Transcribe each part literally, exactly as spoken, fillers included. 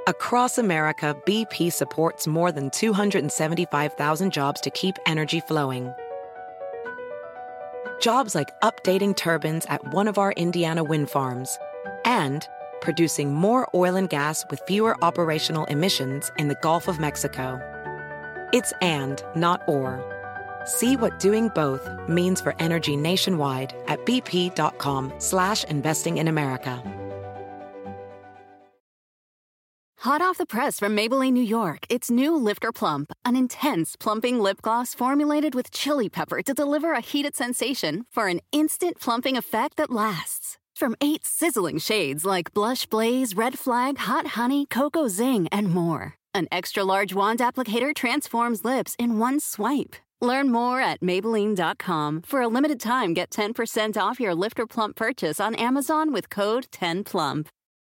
Across America, B P supports more than two hundred seventy-five thousand jobs to keep energy flowing. Jobs like updating turbines at one of our Indiana wind farms and producing more oil and gas with fewer operational emissions in the Gulf of Mexico. It's and, not or. See what doing both means for energy nationwide at bp.com slash investing in America. Hot off the press from Maybelline, New York, it's new Lifter Plump, an intense plumping lip gloss formulated with chili pepper to deliver a heated sensation for an instant plumping effect that lasts. From eight sizzling shades like Blush Blaze, Red Flag, Hot Honey, Cocoa Zing, and more. An extra-large wand applicator transforms lips in one swipe. Learn more at Maybelline dot com. For a limited time, get ten percent off your Lifter Plump purchase on Amazon with code ten plump.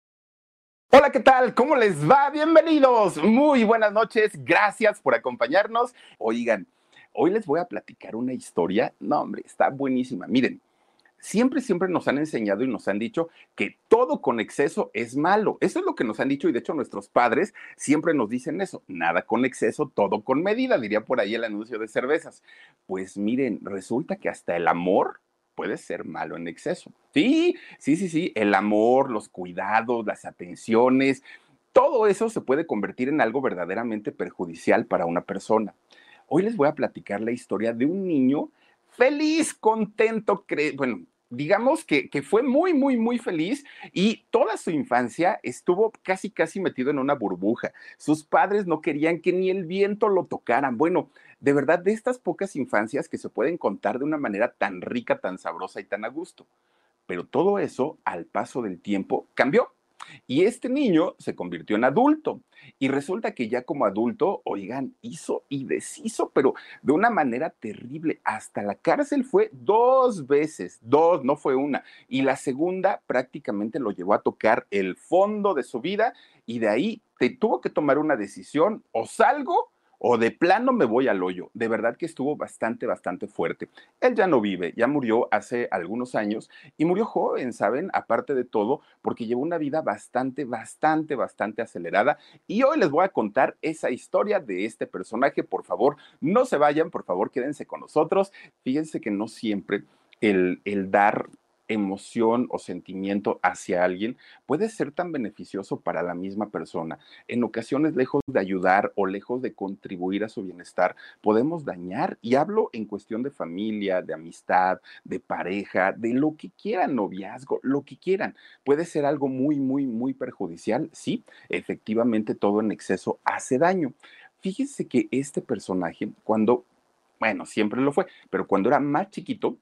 Hola, ¿qué tal? ¿Cómo les va? Bienvenidos. Muy buenas noches. Gracias por acompañarnos. Oigan, hoy les voy a platicar una historia. No, hombre, está buenísima. Miren, siempre, siempre nos han enseñado y nos han dicho que todo con exceso es malo. Eso es lo que nos han dicho y de hecho nuestros padres siempre nos dicen eso. Nada con exceso, todo con medida, diría por ahí el anuncio de cervezas. Pues miren, resulta que hasta el amor puede ser malo en exceso. Sí, sí, sí, sí, el amor, los cuidados, las atenciones, todo eso se puede convertir en algo verdaderamente perjudicial para una persona. Hoy les voy a platicar la historia de un niño feliz, contento, cre- bueno, digamos que, que fue muy, muy, muy feliz y toda su infancia estuvo casi, casi metido en una burbuja. Sus padres no querían que ni el viento lo tocaran. Bueno, de verdad, de estas pocas infancias que se pueden contar de una manera tan rica, tan sabrosa y tan a gusto. Pero todo eso, al paso del tiempo, cambió. Y este niño se convirtió en adulto. Y resulta que ya como adulto, oigan, hizo y deshizo, pero de una manera terrible. Hasta la cárcel fue dos veces, dos, no fue una. Y la segunda prácticamente lo llevó a tocar el fondo de su vida y de ahí te tuvo que tomar una decisión, o salgo o de plano me voy al hoyo. De verdad que estuvo bastante, bastante fuerte. Él ya no vive, ya murió hace algunos años y murió joven, ¿saben? Aparte de todo, porque llevó una vida bastante, bastante, bastante acelerada. Y hoy les voy a contar esa historia de este personaje. Por favor, no se vayan, por favor, quédense con nosotros. Fíjense que no siempre el, el dar emoción o sentimiento hacia alguien puede ser tan beneficioso para la misma persona. En ocasiones, lejos de ayudar o lejos de contribuir a su bienestar, podemos dañar, y hablo en cuestión de familia, de amistad, de pareja, de lo que quieran, noviazgo, lo que quieran. Puede ser algo muy, muy, muy perjudicial. Sí, efectivamente, todo en exceso hace daño. Fíjense que este personaje, cuando, bueno, siempre lo fue, pero cuando era más chiquito,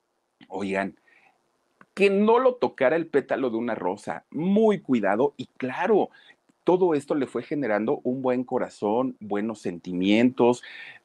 oigan, que no lo tocara el pétalo de una rosa, muy cuidado y claro, todo esto le fue generando un buen corazón, buenos sentimientos,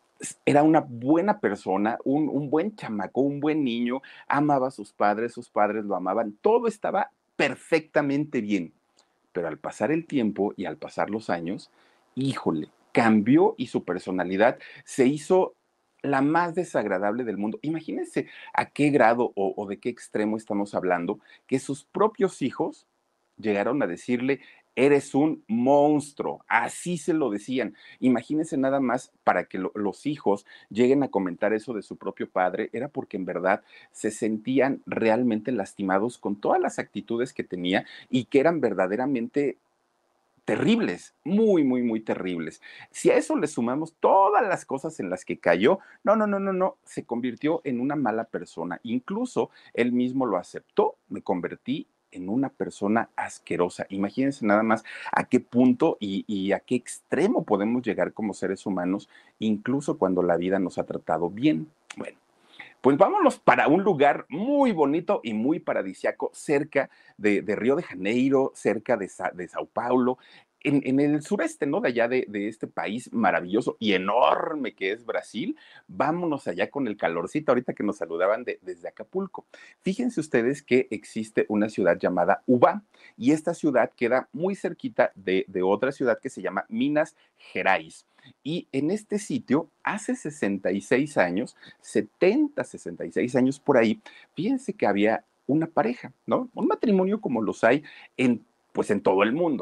era una buena persona, un, un buen chamaco, un buen niño, amaba a sus padres, sus padres lo amaban, todo estaba perfectamente bien, pero al pasar el tiempo y al pasar los años, híjole, cambió y su personalidad se hizo la más desagradable del mundo. Imagínense a qué grado o, o de qué extremo estamos hablando, que sus propios hijos llegaron a decirle, eres un monstruo, así se lo decían. Imagínense nada más para que lo, los hijos lleguen a comentar eso de su propio padre, era porque en verdad se sentían realmente lastimados con todas las actitudes que tenía y que eran verdaderamente terribles, muy, muy, muy terribles. Si a eso le sumamos todas las cosas en las que cayó, no, no, no, no, no, se convirtió en una mala persona. Incluso él mismo lo aceptó, me convertí en una persona asquerosa. Imagínense nada más a qué punto y, y a qué extremo podemos llegar como seres humanos, incluso cuando la vida nos ha tratado bien. Bueno. Pues vámonos para un lugar muy bonito y muy paradisiaco, cerca de, de Río de Janeiro, cerca de, Sa- de Sao Paulo, en, en el sureste, ¿no? De allá de, de este país maravilloso y enorme que es Brasil. Vámonos allá con el calorcito, ahorita que nos saludaban de- desde Acapulco. Fíjense ustedes que existe una ciudad llamada Ubá y esta ciudad queda muy cerquita de, de otra ciudad que se llama Minas Gerais. Y en este sitio, hace sesenta y seis años, setenta, sesenta y seis años por ahí, fíjense que había una pareja, ¿no? Un matrimonio como los hay en, pues en todo el mundo.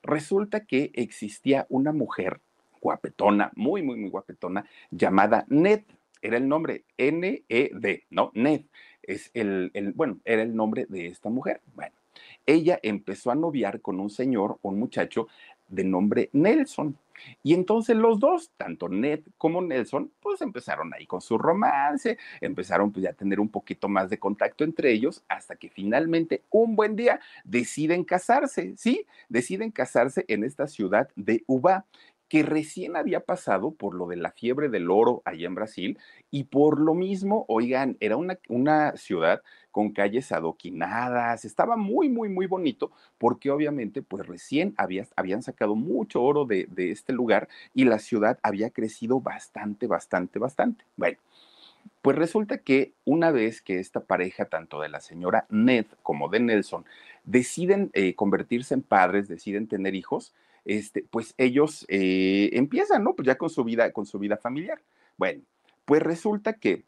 Resulta que existía una mujer guapetona, muy, muy, muy guapetona, llamada Ned. Era el nombre, N E D, ¿no? Ned. Es el, el, bueno, era el nombre de esta mujer. Bueno, ella empezó a noviar con un señor, un muchacho de nombre Nelson. Y entonces los dos, tanto Ned como Nelson, pues empezaron ahí con su romance, empezaron pues ya a tener un poquito más de contacto entre ellos, hasta que finalmente un buen día deciden casarse, ¿sí? Deciden casarse en esta ciudad de Ubá, que recién había pasado por lo de la fiebre del oro allá en Brasil, y por lo mismo, oigan, era una, una ciudad con calles adoquinadas, estaba muy, muy, muy bonito, porque obviamente pues recién había, habían sacado mucho oro de, de este lugar y la ciudad había crecido bastante, bastante, bastante. Bueno, pues resulta que una vez que esta pareja, tanto de la señora Ned como de Nelson, deciden eh, convertirse en padres, deciden tener hijos, este, pues ellos eh, empiezan, ¿no? Pues ya con su vida, con su vida familiar. Bueno, pues resulta que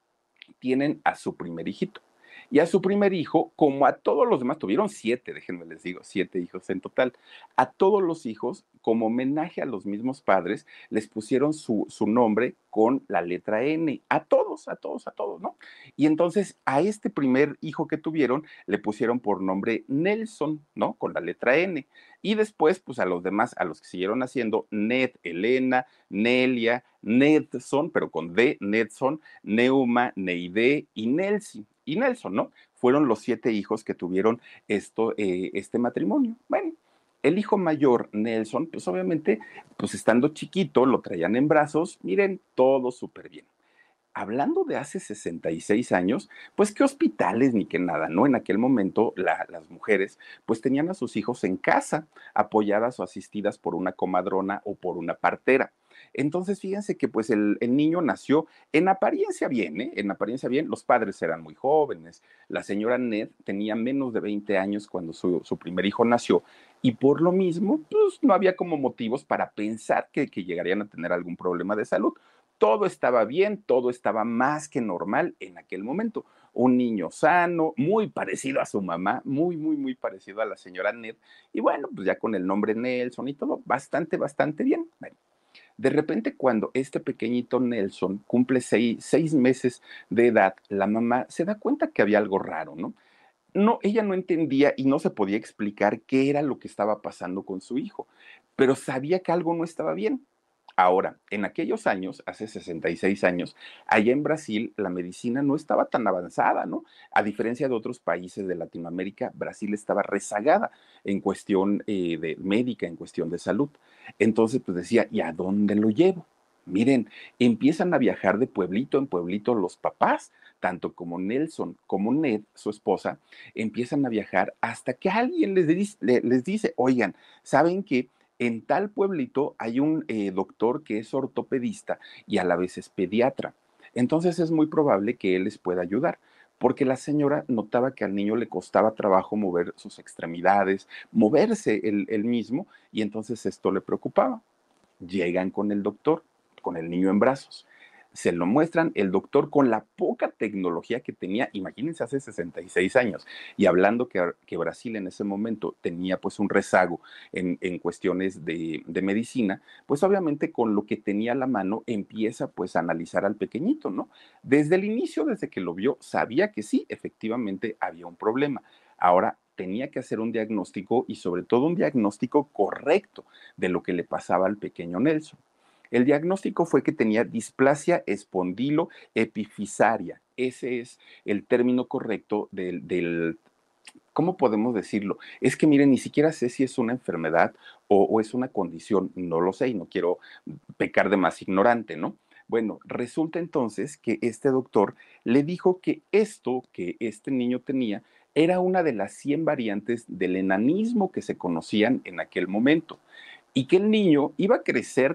tienen a su primer hijito. Y a su primer hijo, como a todos los demás, tuvieron siete, déjenme les digo, siete hijos en total. A todos los hijos, como homenaje a los mismos padres, les pusieron su, su nombre con la letra N. A todos, a todos, a todos, ¿no? Y entonces a este primer hijo que tuvieron le pusieron por nombre Nelson, ¿no? Con la letra N. Y después, pues a los demás, a los que siguieron haciendo, Ned, Elena, Nelia, Nedson, pero con D, Nedson, Neuma, Neide y Nelson. Y Nelson, ¿no? Fueron los siete hijos que tuvieron esto, eh, este matrimonio. Bueno, el hijo mayor, Nelson, pues obviamente, pues estando chiquito, lo traían en brazos, miren, todo súper bien. Hablando de hace sesenta y seis años, pues qué hospitales ni qué nada, ¿no? En aquel momento la, las mujeres pues tenían a sus hijos en casa, apoyadas o asistidas por una comadrona o por una partera. Entonces, fíjense que pues el, el niño nació en apariencia bien, ¿eh? En apariencia bien, los padres eran muy jóvenes, la señora Ned tenía menos de veinte años cuando su, su primer hijo nació y por lo mismo, pues no había como motivos para pensar que, que llegarían a tener algún problema de salud. Todo estaba bien, todo estaba más que normal en aquel momento. Un niño sano, muy parecido a su mamá, muy, muy, muy parecido a la señora Ned. Y bueno, pues ya con el nombre Nelson y todo, bastante, bastante bien. Bueno, de repente, cuando este pequeñito Nelson cumple seis, seis meses de edad, la mamá se da cuenta que había algo raro, ¿no? No, ella no entendía y no se podía explicar qué era lo que estaba pasando con su hijo, pero sabía que algo no estaba bien. Ahora, en aquellos años, hace sesenta y seis años, allá en Brasil la medicina no estaba tan avanzada, ¿no? A diferencia de otros países de Latinoamérica, Brasil estaba rezagada en cuestión eh, de médica, en cuestión de salud. Entonces, pues decía, ¿y a dónde lo llevo? Miren, empiezan a viajar de pueblito en pueblito los papás, tanto como Nelson como Ned, su esposa, empiezan a viajar hasta que alguien les, dice, les dice, oigan, ¿saben qué? En tal pueblito hay un eh, doctor que es ortopedista y a la vez es pediatra. Entonces es muy probable que él les pueda ayudar, porque la señora notaba que al niño le costaba trabajo mover sus extremidades, moverse él, él mismo, y entonces esto le preocupaba. Llegan con el doctor, con el niño en brazos. Se lo muestran, el doctor con la poca tecnología que tenía, imagínense hace sesenta y seis años, y hablando que, que Brasil en ese momento tenía pues un rezago en, en cuestiones de, de medicina, pues obviamente con lo que tenía a la mano empieza pues a analizar al pequeñito, ¿no? Desde el inicio, desde que lo vio, sabía que sí, efectivamente había un problema. Ahora tenía que hacer un diagnóstico y sobre todo un diagnóstico correcto de lo que le pasaba al pequeño Nelson. El diagnóstico fue que tenía displasia espondiloepifisaria. Ese es el término correcto del, del, ¿cómo podemos decirlo? Es que miren, ni siquiera sé si es una enfermedad o, o es una condición, no lo sé y no quiero pecar de más ignorante, ¿no? Bueno, resulta entonces que este doctor le dijo que esto que este niño tenía era una de las cien variantes del enanismo que se conocían en aquel momento y que el niño iba a crecer,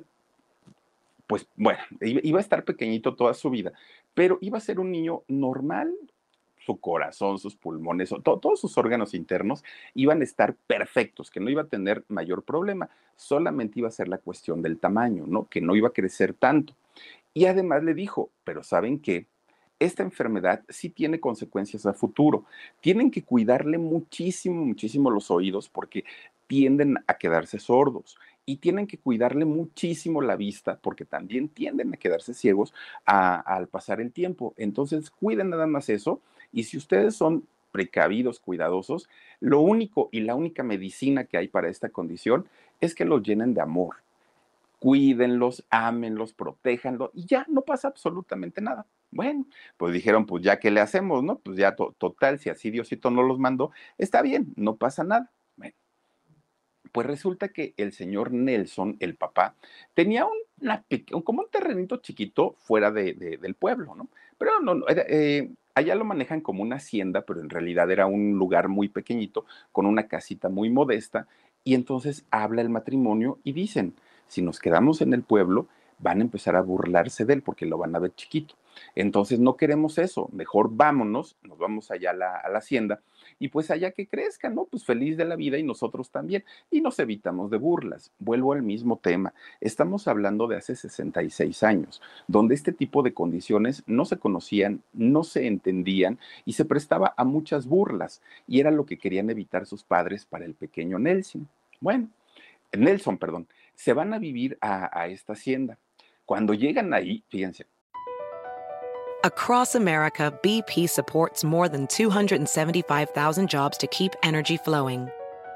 pues bueno, iba a estar pequeñito toda su vida, pero iba a ser un niño normal, su corazón, sus pulmones, to todos sus órganos internos iban a estar perfectos, que no iba a tener mayor problema, solamente iba a ser la cuestión del tamaño, ¿no? Que no iba a crecer tanto. Y además le dijo, pero ¿saben qué? Esta enfermedad sí tiene consecuencias a futuro. Tienen que cuidarle muchísimo, muchísimo los oídos porque tienden a quedarse sordos y tienen que cuidarle muchísimo la vista porque también tienden a quedarse ciegos a- al pasar el tiempo. Entonces, cuiden nada más eso y si ustedes son precavidos, cuidadosos, lo único y la única medicina que hay para esta condición es que los llenen de amor. Cuídenlos, ámenlos, protéjanlos y ya no pasa absolutamente nada. Bueno, pues dijeron, pues ya, ¿qué le hacemos, no? Pues ya, to- total, si así Diosito no los mandó, está bien, no pasa nada. Bueno, pues resulta que el señor Nelson, el papá, tenía un, una peque- como un terrenito chiquito fuera de, de- del pueblo, ¿no? Pero no, no, era, eh, allá lo manejan como una hacienda, pero en realidad era un lugar muy pequeñito, con una casita muy modesta, y entonces habla el matrimonio y dicen, si nos quedamos en el pueblo, van a empezar a burlarse de él porque lo van a ver chiquito. Entonces no queremos eso, mejor vámonos, nos vamos allá a la, a la hacienda y pues allá que crezca, ¿no? Pues feliz de la vida y nosotros también y nos evitamos de burlas. Vuelvo al mismo tema. Estamos hablando de hace sesenta y seis años, donde este tipo de condiciones no se conocían, no se entendían y se prestaba a muchas burlas. Y era lo que querían evitar sus padres para el pequeño Nelson. Bueno, Nelson, perdón. Se van a vivir a, a esta hacienda. Cuando llegan ahí, fíjense, Across America, B P supports more than two hundred seventy-five thousand jobs to keep energy flowing.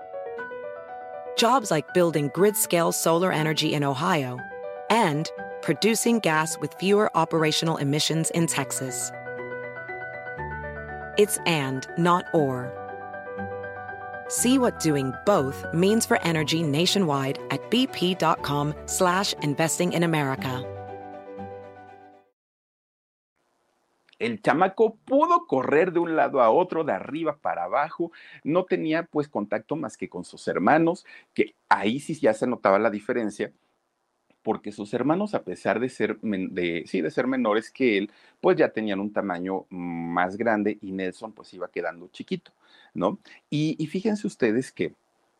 Jobs like building grid-scale solar energy in Ohio and producing gas with fewer operational emissions in Texas. It's and, not or. See what doing both means for energy nationwide at bp.com slash investing in America. el chamaco pudo correr de un lado a otro, de arriba para abajo, no tenía pues contacto más que con sus hermanos, que ahí sí ya se notaba la diferencia, porque sus hermanos, a pesar de ser, men- de, sí, de ser menores que él, pues ya tenían un tamaño más grande y Nelson pues iba quedando chiquito, ¿no? Y, y fíjense ustedes que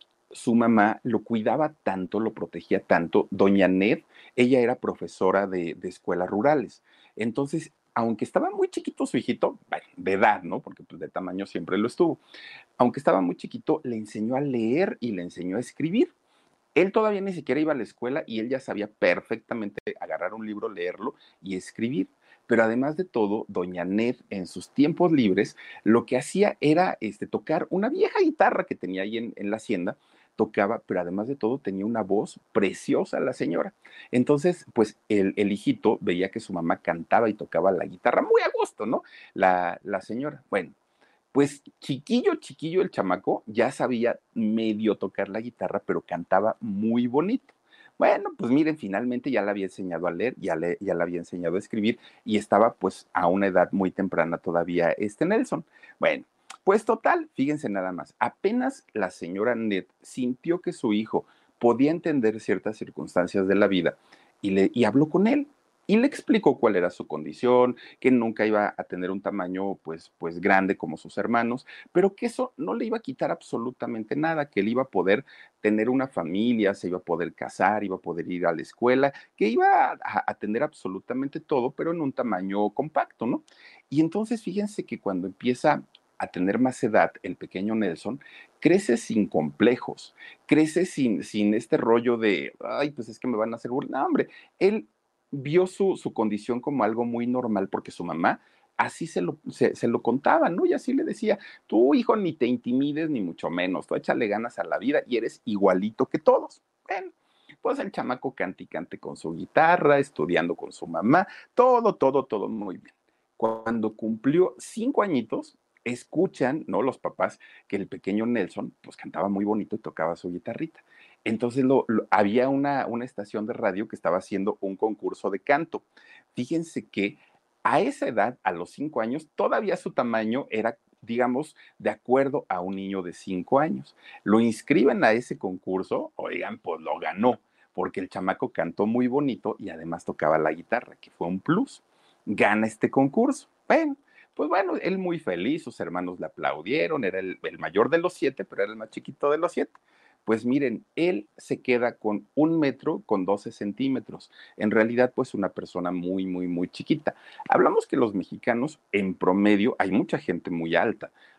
su mamá lo cuidaba tanto, lo protegía tanto. Doña Ned, ella era profesora de, de escuelas rurales. Entonces, aunque estaba muy chiquito su hijito, bueno, de edad, ¿no? Porque pues, de tamaño siempre lo estuvo. Aunque estaba muy chiquito, le enseñó a leer y le enseñó a escribir. Él todavía ni siquiera iba a la escuela y él ya sabía perfectamente agarrar un libro, leerlo y escribir. Pero además de todo, doña Ned en sus tiempos libres lo que hacía era este, tocar una vieja guitarra que tenía ahí en, en la hacienda, tocaba, pero además de todo tenía una voz preciosa la señora. Entonces, pues el, el hijito veía que su mamá cantaba y tocaba la guitarra muy a gusto, ¿no? La, la señora. Bueno, pues chiquillo, chiquillo el chamaco, ya sabía medio tocar la guitarra, pero cantaba muy bonito. Bueno, pues miren, finalmente ya le había enseñado a leer, ya le, ya le había enseñado a escribir y estaba pues a una edad muy temprana todavía este Nelson. Bueno, pues total, fíjense nada más, apenas la señora Ned sintió que su hijo podía entender ciertas circunstancias de la vida y, le, y habló con él y le explicó cuál era su condición, que nunca iba a tener un tamaño pues, pues grande como sus hermanos, pero que eso no le iba a quitar absolutamente nada, que él iba a poder tener una familia, se iba a poder casar, iba a poder ir a la escuela, que iba a, a tener absolutamente todo, pero en un tamaño compacto, ¿no? Y entonces fíjense que cuando empieza a tener más edad el pequeño Nelson, crece sin complejos, crece sin, sin este rollo de, ay, pues es que me van a hacer burla. No, hombre, él vio su, su condición como algo muy normal porque su mamá así se lo, se, se lo contaba, ¿no? Y así le decía, tú hijo ni te intimides ni mucho menos, tú échale ganas a la vida y eres igualito que todos. Bueno, pues el chamaco cante y cante con su guitarra, estudiando con su mamá, todo, todo, todo muy bien. Cuando cumplió cinco añitos, escuchan, ¿no? Los papás que el pequeño Nelson, pues cantaba muy bonito y tocaba su guitarrita. Entonces lo, lo, había una, una estación de radio que estaba haciendo un concurso de canto. Fíjense que a esa edad, a los cinco años, todavía su tamaño era, digamos, de acuerdo a un niño de cinco años. Lo inscriben a ese concurso, oigan, pues lo ganó, porque el chamaco cantó muy bonito y además tocaba la guitarra, que fue un plus. Gana este concurso. Bueno, pues bueno, él muy feliz, sus hermanos le aplaudieron, era el, el mayor de los siete, pero era el más chiquito de los siete. Pues miren, él se queda con un metro con doce centímetros. En realidad, pues una persona muy, muy, muy chiquita. Hablamos que los mexicanos, en promedio, hay mucha gente muy alta,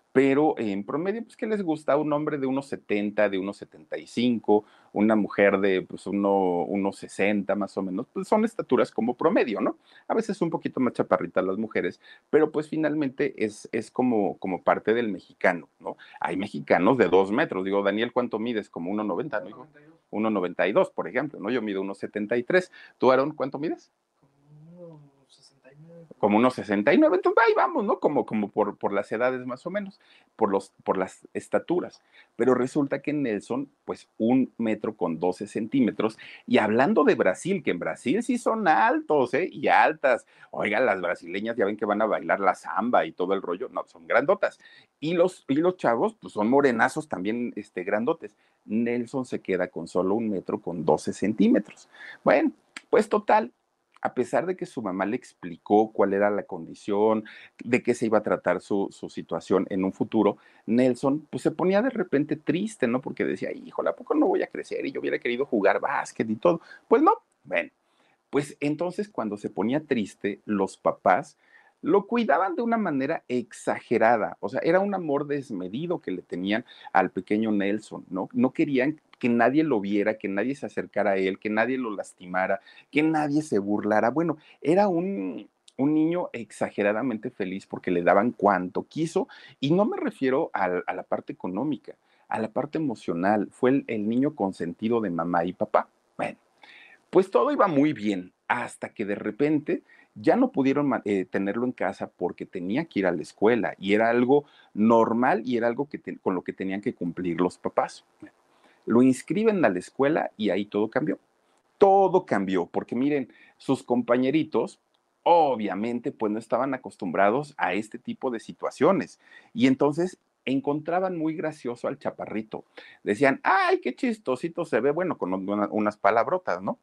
pero en promedio, pues, ¿qué les gusta? Un hombre de unos setenta, de unos setenta y cinco, una mujer de, pues, uno, unos sesenta más o menos, pues son estaturas como promedio, ¿no? A veces un poquito más chaparritas las mujeres, pero pues finalmente es, es como, como parte del mexicano, ¿no? Hay mexicanos de dos metros, digo, Daniel, ¿cuánto mides? Como uno noventa, ¿no, hijo? uno noventa y dos, por ejemplo, ¿no? Yo mido unos setenta y tres. ¿Tú, Aarón, cuánto mides? Como unos sesenta y nueve, entonces ahí vamos, ¿no? Como, como por, por las edades más o menos, por, los, por las estaturas. Pero resulta que Nelson, pues un metro con doce centímetros, y hablando de Brasil, que en Brasil sí son altos, ¿eh? Y altas. Oigan, las brasileñas ya ven que van a bailar la samba y todo el rollo, no, son grandotas. Y los, y los chavos, pues son morenazos también, este, grandotes. Nelson se queda con solo un metro con doce centímetros. Bueno, pues total, a pesar de que su mamá le explicó cuál era la condición, de qué se iba a tratar su, su situación en un futuro, Nelson pues se ponía de repente triste, ¿no? Porque decía, híjole, ¿a poco no voy a crecer? Y yo hubiera querido jugar básquet y todo. Pues no, bueno, pues entonces cuando se ponía triste, los papás lo cuidaban de una manera exagerada, o sea, era un amor desmedido que le tenían al pequeño Nelson, ¿no? No querían que nadie lo viera, que nadie se acercara a él, que nadie lo lastimara, que nadie se burlara. Bueno, era un, un niño exageradamente feliz porque le daban cuanto quiso, y no me refiero a, a la parte económica, a la parte emocional. Fue el, el niño consentido de mamá y papá. Bueno, pues todo iba muy bien, hasta que de repente ya no pudieron eh, tenerlo en casa porque tenía que ir a la escuela y era algo normal y era algo que te, con lo que tenían que cumplir los papás. Lo inscriben a la escuela y ahí todo cambió. Todo cambió, porque miren, sus compañeritos obviamente pues no estaban acostumbrados a este tipo de situaciones y entonces encontraban muy gracioso al chaparrito. Decían, ay, qué chistosito se ve, bueno, con una, unas palabrotas, ¿no?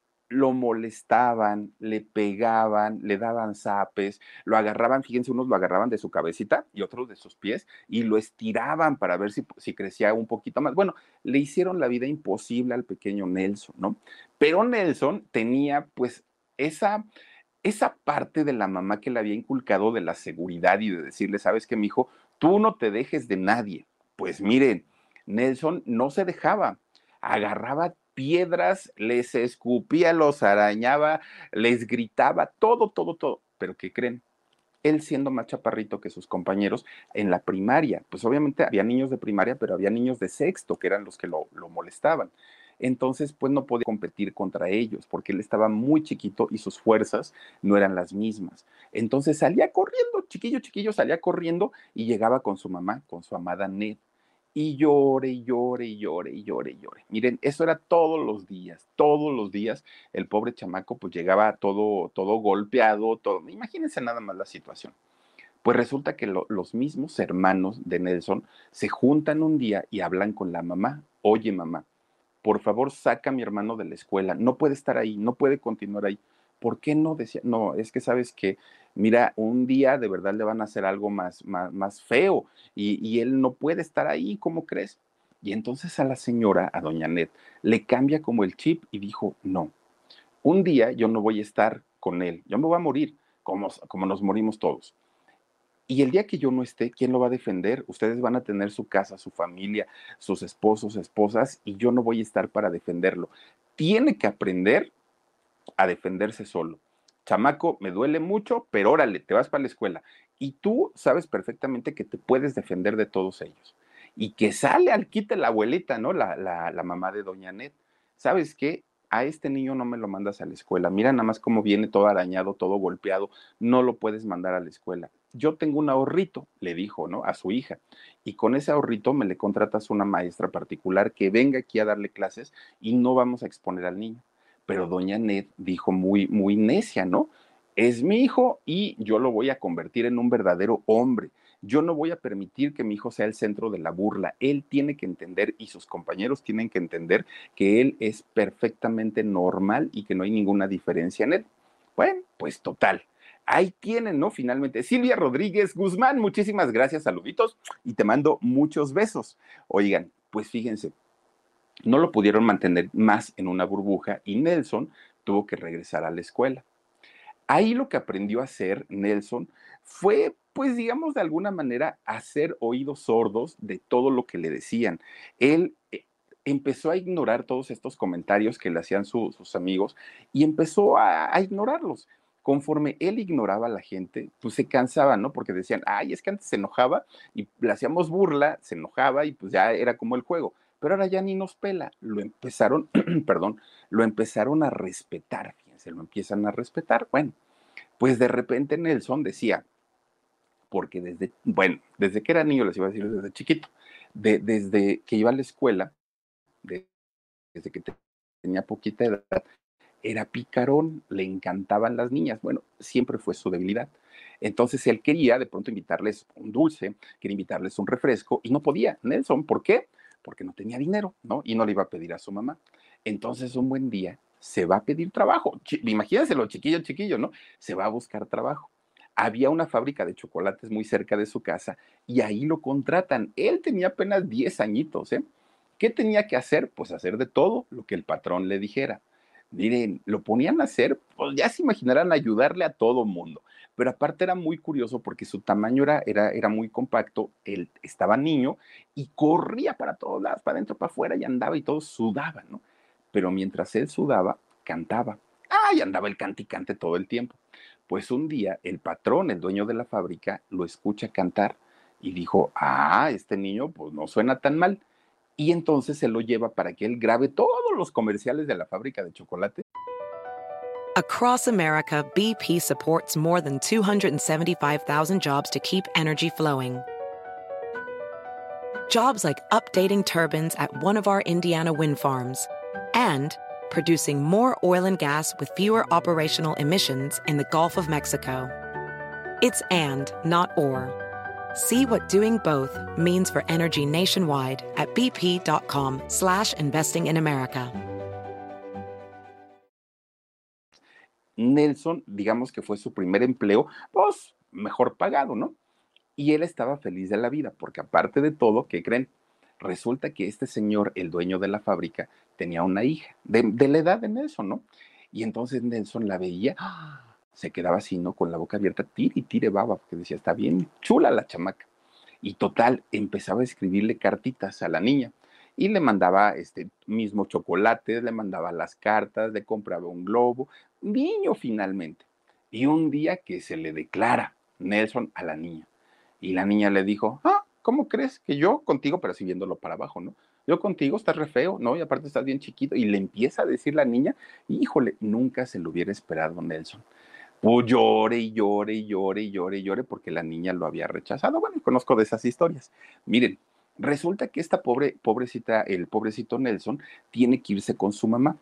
Lo molestaban, le pegaban, le daban zapes, lo agarraban, fíjense, unos lo agarraban de su cabecita y otros de sus pies y lo estiraban para ver si, si crecía un poquito más. Bueno, le hicieron la vida imposible al pequeño Nelson, ¿no? Pero Nelson tenía pues esa, esa parte de la mamá que le había inculcado de la seguridad y de decirle, sabes qué, mijo, tú no te dejes de nadie. Pues miren, Nelson no se dejaba, agarraba piedras, les escupía, los arañaba, les gritaba, todo, todo, todo. Pero ¿qué creen? Él siendo más chaparrito que sus compañeros en la primaria, pues obviamente había niños de primaria, pero había niños de sexto que eran los que lo, lo molestaban. Entonces, pues no podía competir contra ellos porque él estaba muy chiquito y sus fuerzas no eran las mismas. Entonces salía corriendo, chiquillo, chiquillo, salía corriendo y llegaba con su mamá, con su amada Ned, y llore, y llore, y llore, y llore, y llore. Miren, eso era todos los días, todos los días. El pobre chamaco pues llegaba todo, todo golpeado, todo. Imagínense nada más la situación. Pues resulta que lo, los mismos hermanos de Nelson se juntan un día y hablan con la mamá. Oye, mamá, por favor, saca a mi hermano de la escuela, no puede estar ahí, no puede continuar ahí. ¿Por qué no? Decía, no, es que sabes que, mira, un día de verdad le van a hacer algo más, más, más feo y, y él no puede estar ahí, ¿cómo crees? Y entonces a la señora, a doña Net, le cambia como el chip y dijo, no, un día yo no voy a estar con él, yo me voy a morir, como, como nos morimos todos. Y el día que yo no esté, ¿quién lo va a defender? Ustedes van a tener su casa, su familia, sus esposos, esposas, y yo no voy a estar para defenderlo. Tiene que aprender a defenderse solo. Chamaco, me duele mucho, pero órale, te vas para la escuela. Y tú sabes perfectamente que te puedes defender de todos ellos. Y que sale al quite la abuelita, ¿no? La, la, la mamá de doña Net. ¿Sabes qué? A este niño no me lo mandas a la escuela. Mira nada más cómo viene todo arañado, todo golpeado. No lo puedes mandar a la escuela. Yo tengo un ahorrito, le dijo, ¿no? A su hija. Y con ese ahorrito me le contratas una maestra particular que venga aquí a darle clases y no vamos a exponer al niño. Pero doña Ned dijo muy, muy necia, ¿no? Es mi hijo y yo lo voy a convertir en un verdadero hombre. Yo no voy a permitir que mi hijo sea el centro de la burla. Él tiene que entender y sus compañeros tienen que entender que él es perfectamente normal y que no hay ninguna diferencia en él. Bueno, pues total. Ahí tienen, ¿no? Finalmente, Silvia Rodríguez Guzmán, muchísimas gracias, saluditos y te mando muchos besos. Oigan, pues fíjense, no lo pudieron mantener más en una burbuja y Nelson tuvo que regresar a la escuela. Ahí lo que aprendió a hacer Nelson fue, pues digamos de alguna manera, hacer oídos sordos de todo lo que le decían. Él eh, empezó a ignorar todos estos comentarios que le hacían su- sus amigos y empezó a, a ignorarlos. Conforme él ignoraba a la gente, pues se cansaba, ¿no? Porque decían, ay, es que antes se enojaba y le hacíamos burla, se enojaba y pues ya era como el juego. Pero ahora ya ni nos pela. Lo empezaron, perdón, lo empezaron a respetar, fíjense, lo empiezan a respetar. Bueno, pues de repente Nelson decía, porque desde, bueno, desde que era niño, les iba a decir desde chiquito, de, desde que iba a la escuela, de, desde que te- tenía poquita edad, era picarón, le encantaban las niñas. Bueno, siempre fue su debilidad. Entonces él quería de pronto invitarles un dulce, quería invitarles un refresco y no podía. Nelson, ¿por qué? Porque no tenía dinero, ¿no? Y no le iba a pedir a su mamá. Entonces un buen día se va a pedir trabajo. Chi- Imagínense lo chiquillo, chiquillo, ¿no? Se va a buscar trabajo. Había una fábrica de chocolates muy cerca de su casa y ahí lo contratan. Él tenía apenas diez añitos, ¿eh? ¿Qué tenía que hacer? Pues hacer de todo lo que el patrón le dijera. Miren, lo ponían a hacer, pues ya se imaginarán ayudarle a todo mundo. Pero aparte era muy curioso porque su tamaño era, era, era muy compacto, él estaba niño y corría para todos lados, para adentro, para afuera y andaba y todo sudaba, ¿no? Pero mientras él sudaba, cantaba. Ah, y andaba el cante y cante todo el tiempo. Pues un día el patrón, el dueño de la fábrica, lo escucha cantar y dijo, ah, este niño pues no suena tan mal. Y entonces se lo lleva para que él grabe todos los comerciales de la fábrica de chocolate. Across America, B P supports more than two hundred seventy-five thousand jobs to keep energy flowing. Jobs like updating turbines at one of our Indiana wind farms and producing more oil and gas with fewer operational emissions in the Gulf of Mexico. It's and, not or. See what doing both means for energy nationwide at bp.com slash investing in America. Nelson, digamos que fue su primer empleo, pues mejor pagado, ¿no? Y él estaba feliz de la vida, porque aparte de todo, ¿qué creen? Resulta que este señor, el dueño de la fábrica, tenía una hija de, de la edad de Nelson, ¿no? Y entonces Nelson la veía, ¡ah! Se quedaba así, ¿no? Con la boca abierta, tire y tire baba, porque decía, está bien chula la chamaca. Y total, empezaba a escribirle cartitas a la niña y le mandaba este mismo chocolates, le mandaba las cartas, le compraba un globo, niño finalmente. Y un día que se le declara Nelson a la niña. Y la niña le dijo, ah, ¿cómo crees que yo contigo, pero así viéndolo para abajo, ¿no? Yo contigo estás re feo, ¿no? Y aparte estás bien chiquito. Y le empieza a decir la niña, híjole, nunca se lo hubiera esperado Nelson. Pues llore y llore y llore y llore y llore porque la niña lo había rechazado. Bueno, conozco de esas historias. Miren, resulta que esta pobre, pobrecita, el pobrecito Nelson, tiene que irse con su mamá.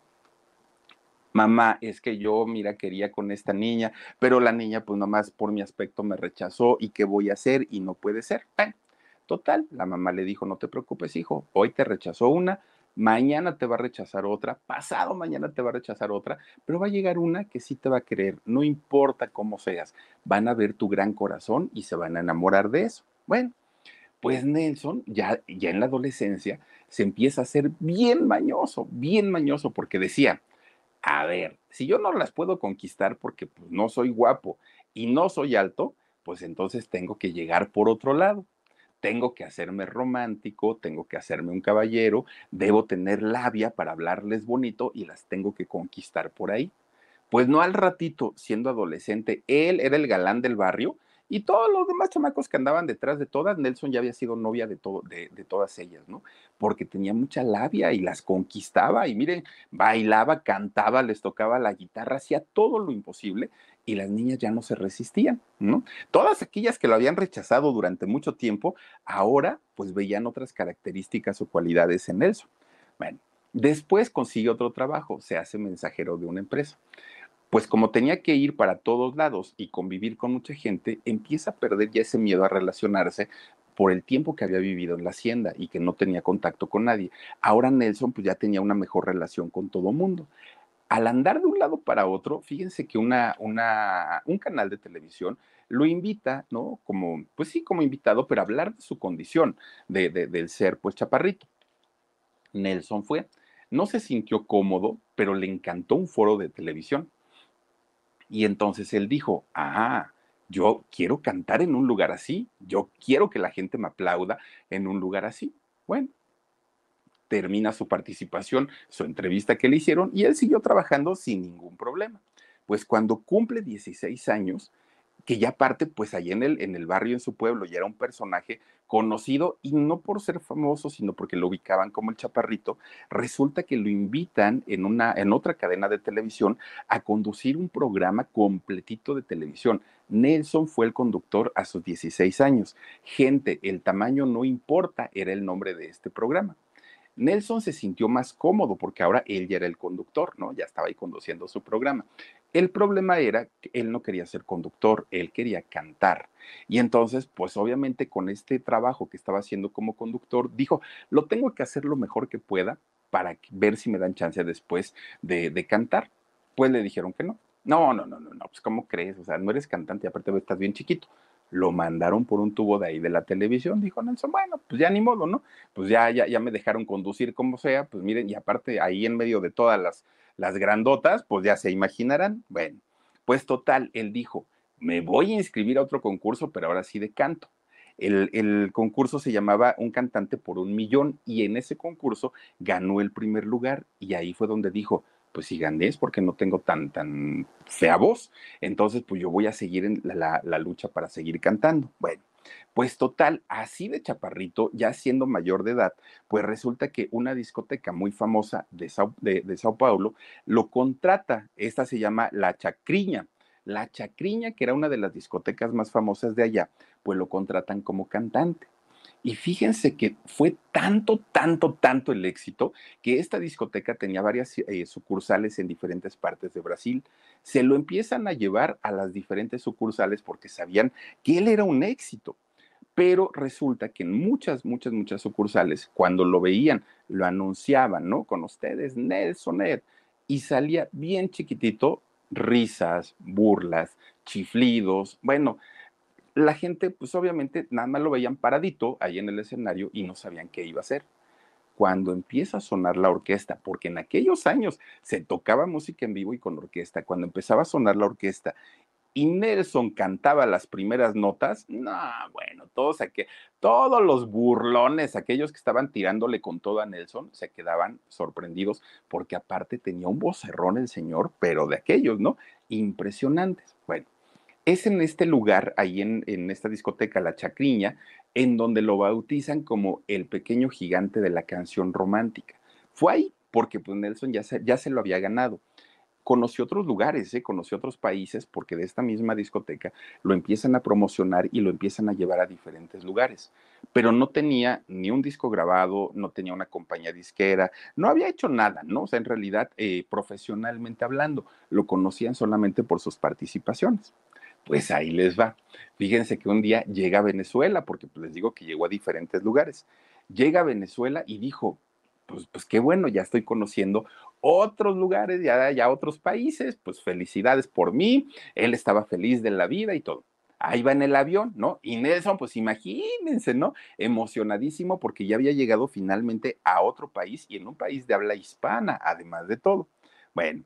Mamá, es que yo, mira, quería con esta niña, pero la niña, pues nomás por mi aspecto me rechazó y qué voy a hacer y no puede ser. Bueno, total, la mamá le dijo, no te preocupes, hijo, hoy te rechazó una, mañana te va a rechazar otra, pasado mañana te va a rechazar otra, pero va a llegar una que sí te va a querer, no importa cómo seas, van a ver tu gran corazón y se van a enamorar de eso. Bueno, pues Nelson, ya, ya en la adolescencia, se empieza a ser bien mañoso, bien mañoso, porque decía, a ver, si yo no las puedo conquistar porque pues, no soy guapo y no soy alto, pues entonces tengo que llegar por otro lado. Tengo que hacerme romántico, tengo que hacerme un caballero, debo tener labia para hablarles bonito y las tengo que conquistar por ahí. Pues no al ratito, siendo adolescente, él era el galán del barrio y todos los demás chamacos que andaban detrás de todas, Nelson ya había sido novia de, todo, de, de todas ellas, ¿no? Porque tenía mucha labia y las conquistaba y miren, bailaba, cantaba, les tocaba la guitarra, hacía todo lo imposible y las niñas ya no se resistían, ¿no? Todas aquellas que lo habían rechazado durante mucho tiempo, ahora pues veían otras características o cualidades en Nelson. Bueno, después consigue otro trabajo, se hace mensajero de una empresa. Pues como tenía que ir para todos lados y convivir con mucha gente, empieza a perder ya ese miedo a relacionarse por el tiempo que había vivido en la hacienda y que no tenía contacto con nadie. Ahora Nelson pues ya tenía una mejor relación con todo mundo. Al andar de un lado para otro, fíjense que una, una, un canal de televisión lo invita, ¿no? Como, pues sí, como invitado, pero a hablar de su condición, de, de, del ser pues chaparrito. Nelson fue. No se sintió cómodo, pero le encantó un foro de televisión. Y entonces él dijo, ah, yo quiero cantar en un lugar así, yo quiero que la gente me aplauda en un lugar así. Bueno, termina su participación, su entrevista que le hicieron y él siguió trabajando sin ningún problema. Pues cuando cumple dieciséis años, que ya parte pues ahí en el, en el barrio, en su pueblo, ya era un personaje conocido y no por ser famoso, sino porque lo ubicaban como el Chaparrito, resulta que lo invitan en, una, en otra cadena de televisión a conducir un programa completito de televisión. Nelson fue el conductor a sus dieciséis años. Gente, el tamaño no importa, era el nombre de este programa. Nelson se sintió más cómodo porque ahora él ya era el conductor, ¿no? Ya estaba ahí conduciendo su programa. El problema era que él no quería ser conductor, él quería cantar. Y entonces, pues obviamente con este trabajo que estaba haciendo como conductor, dijo, lo tengo que hacer lo mejor que pueda para ver si me dan chance después de, de cantar. Pues le dijeron que no. No, no, no, no, no, pues ¿cómo crees? O sea, no eres cantante, aparte estás bien chiquito. Lo mandaron por un tubo de ahí de la televisión, dijo Nelson, bueno, pues ya ni modo, ¿no? Pues ya, ya, ya me dejaron conducir como sea, pues miren, y aparte ahí en medio de todas las, las grandotas, pues ya se imaginarán. Bueno, pues total, él dijo, me voy a inscribir a otro concurso, pero ahora sí de canto. El, el concurso se llamaba Un cantante por un millón y en ese concurso ganó el primer lugar y ahí fue donde dijo, pues si gané es porque no tengo tan, tan fea voz, entonces pues yo voy a seguir en la, la, la lucha para seguir cantando. Bueno, pues total, así de chaparrito, ya siendo mayor de edad, pues resulta que una discoteca muy famosa de Sao, de, de Sao Paulo lo contrata. Esta se llama La Chacriña. La Chacriña, que era una de las discotecas más famosas de allá, pues lo contratan como cantante. Y fíjense que fue tanto, tanto, tanto el éxito que esta discoteca tenía varias eh, sucursales en diferentes partes de Brasil. Se lo empiezan a llevar a las diferentes sucursales porque sabían que él era un éxito. Pero resulta que en muchas, muchas, muchas sucursales, cuando lo veían, lo anunciaban, ¿no? Con ustedes, Nelson Ed. Y salía bien chiquitito, risas, burlas, chiflidos. Bueno, la gente, pues obviamente, nada más lo veían paradito ahí en el escenario y no sabían qué iba a hacer. Cuando empieza a sonar la orquesta, porque en aquellos años se tocaba música en vivo y con orquesta, cuando empezaba a sonar la orquesta y Nelson cantaba las primeras notas, no, bueno, todos, aqu todos los burlones, aquellos que estaban tirándole con todo a Nelson, se quedaban sorprendidos, porque aparte tenía un vocerrón el señor, pero de aquellos, ¿no? Impresionantes. Bueno, es en este lugar, ahí en, en esta discoteca, La Chacriña, en donde lo bautizan como el pequeño gigante de la canción romántica. Fue ahí porque pues, Nelson ya se, ya se lo había ganado. Conoció otros lugares, ¿eh? Conoció otros países porque de esta misma discoteca lo empiezan a promocionar y lo empiezan a llevar a diferentes lugares. Pero no tenía ni un disco grabado, no tenía una compañía disquera, no había hecho nada, ¿no? O sea, en realidad, eh, profesionalmente hablando, lo conocían solamente por sus participaciones. Pues ahí les va. Fíjense que un día llega a Venezuela, porque pues, les digo que llegó a diferentes lugares. Llega a Venezuela y dijo, pues, pues qué bueno, ya estoy conociendo otros lugares, ya, ya otros países, pues felicidades por mí. Él estaba feliz de la vida y todo. Ahí va en el avión, ¿no? Y Nelson, pues imagínense, ¿no? Emocionadísimo porque ya había llegado finalmente a otro país y en un país de habla hispana, además de todo. Bueno,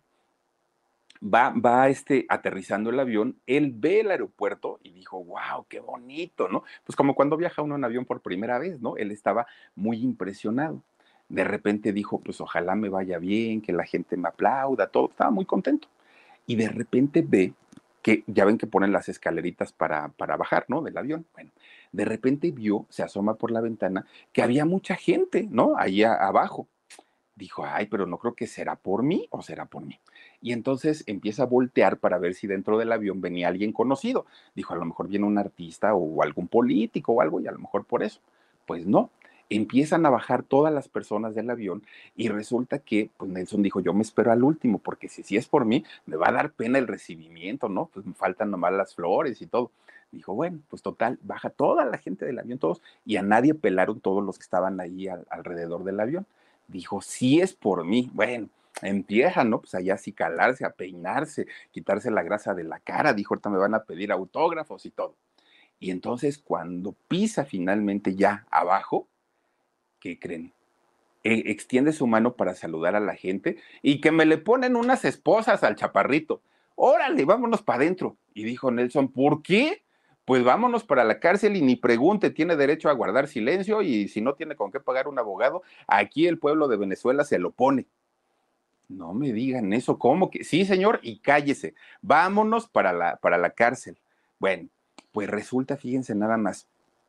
va, va este, aterrizando el avión, él ve el aeropuerto y dijo, wow, qué bonito, ¿no? Pues como cuando viaja uno en avión por primera vez, ¿no? Él estaba muy impresionado. De repente dijo, pues ojalá me vaya bien, que la gente me aplauda, todo, estaba muy contento. Y de repente ve que, ya ven que ponen las escaleritas para, para bajar, ¿no? Del avión. Bueno, de repente vio, se asoma por la ventana, que había mucha gente, ¿no? Ahí a, abajo. Dijo, ay, pero no creo que será por mí o será por mí. Y entonces empieza a voltear para ver si dentro del avión venía alguien conocido. Dijo, a lo mejor viene un artista o algún político o algo y a lo mejor por eso. Pues no, empiezan a bajar todas las personas del avión y resulta que, pues Nelson dijo, yo me espero al último porque si, si es por mí, me va a dar pena el recibimiento, ¿no? Pues me faltan nomás las flores y todo. Dijo, bueno, pues total, baja toda la gente del avión, todos, y a nadie pelaron todos los que estaban ahí al, alrededor del avión. Dijo, si es por mí, bueno, empieza, ¿no? Pues allá sí calarse, a peinarse, quitarse la grasa de la cara, dijo, ahorita me van a pedir autógrafos y todo. Y entonces cuando pisa finalmente ya abajo, ¿qué creen? E extiende su mano para saludar a la gente y que me le ponen unas esposas al chaparrito. órale, vámonos para adentro. Y dijo Nelson, ¿por qué? Pues vámonos para la cárcel y ni pregunte, tiene derecho a guardar silencio y si no tiene con qué pagar un abogado, aquí el pueblo de Venezuela se lo pone. No me digan eso, ¿cómo que? Sí, señor, y cállese, vámonos para la, para la cárcel. Bueno, pues resulta, fíjense nada más,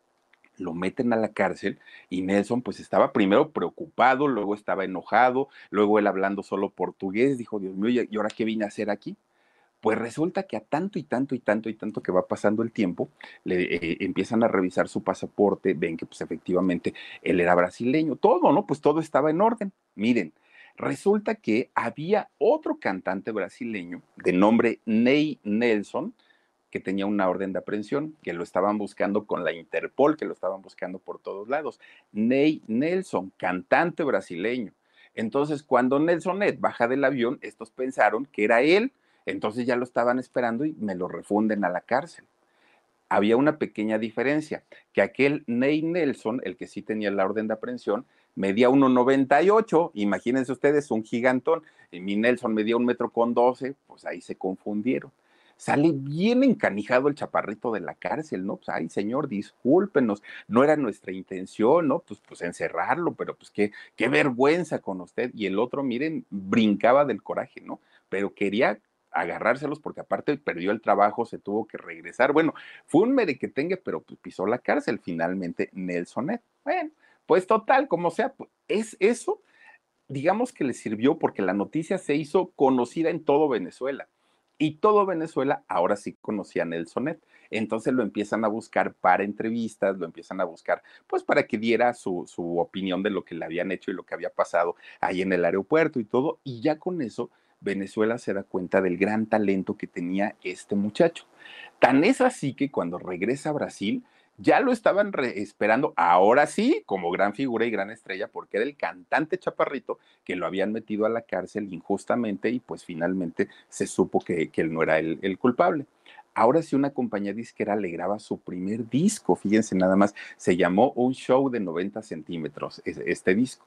lo meten a la cárcel y Nelson pues estaba primero preocupado, luego estaba enojado, luego él hablando solo portugués, dijo, Dios mío, ¿y ahora qué vine a hacer aquí? Pues resulta que a tanto y tanto y tanto y tanto que va pasando el tiempo, le eh, empiezan a revisar su pasaporte, ven que pues efectivamente él era brasileño, todo, ¿no? Pues todo estaba en orden. Miren, resulta que había otro cantante brasileño de nombre Ney Nelson, que tenía una orden de aprehensión, que lo estaban buscando con la Interpol, que lo estaban buscando por todos lados. Ney Nelson, cantante brasileño. Entonces, cuando Nelson Ed baja del avión, estos pensaron que era él, entonces ya lo estaban esperando y me lo refunden a la cárcel. Había una pequeña diferencia, que aquel Ney Nelson, el que sí tenía la orden de aprehensión, medía uno noventa y ocho, imagínense ustedes, un gigantón, y mi Nelson medía un metro con doce, pues ahí se confundieron. Sale bien encanijado el chaparrito de la cárcel, ¿no? Pues, ay, señor, discúlpenos, no era nuestra intención, ¿no? Pues, pues encerrarlo, pero pues qué, qué vergüenza con usted. Y el otro, miren, brincaba del coraje, ¿no? Pero quería agarrárselos porque aparte perdió el trabajo, se tuvo que regresar. Bueno, fue un merequetengue, pero pues pisó la cárcel finalmente Nelson Ed. Bueno, pues total, como sea, pues, es eso, digamos que le sirvió porque la noticia se hizo conocida en todo Venezuela. Y todo Venezuela ahora sí conocía a Nelson Ed. Entonces lo empiezan a buscar para entrevistas, lo empiezan a buscar, pues para que diera su, su opinión de lo que le habían hecho y lo que había pasado ahí en el aeropuerto y todo. Y ya con eso, Venezuela se da cuenta del gran talento que tenía este muchacho. Tan es así que cuando regresa a Brasil, ya lo estaban esperando, ahora sí, como gran figura y gran estrella, porque era el cantante chaparrito que lo habían metido a la cárcel injustamente y pues finalmente se supo que, que él no era el, el culpable. Ahora sí, una compañía disquera le graba su primer disco, fíjense nada más, se llamó Un Show de noventa centímetros, este disco.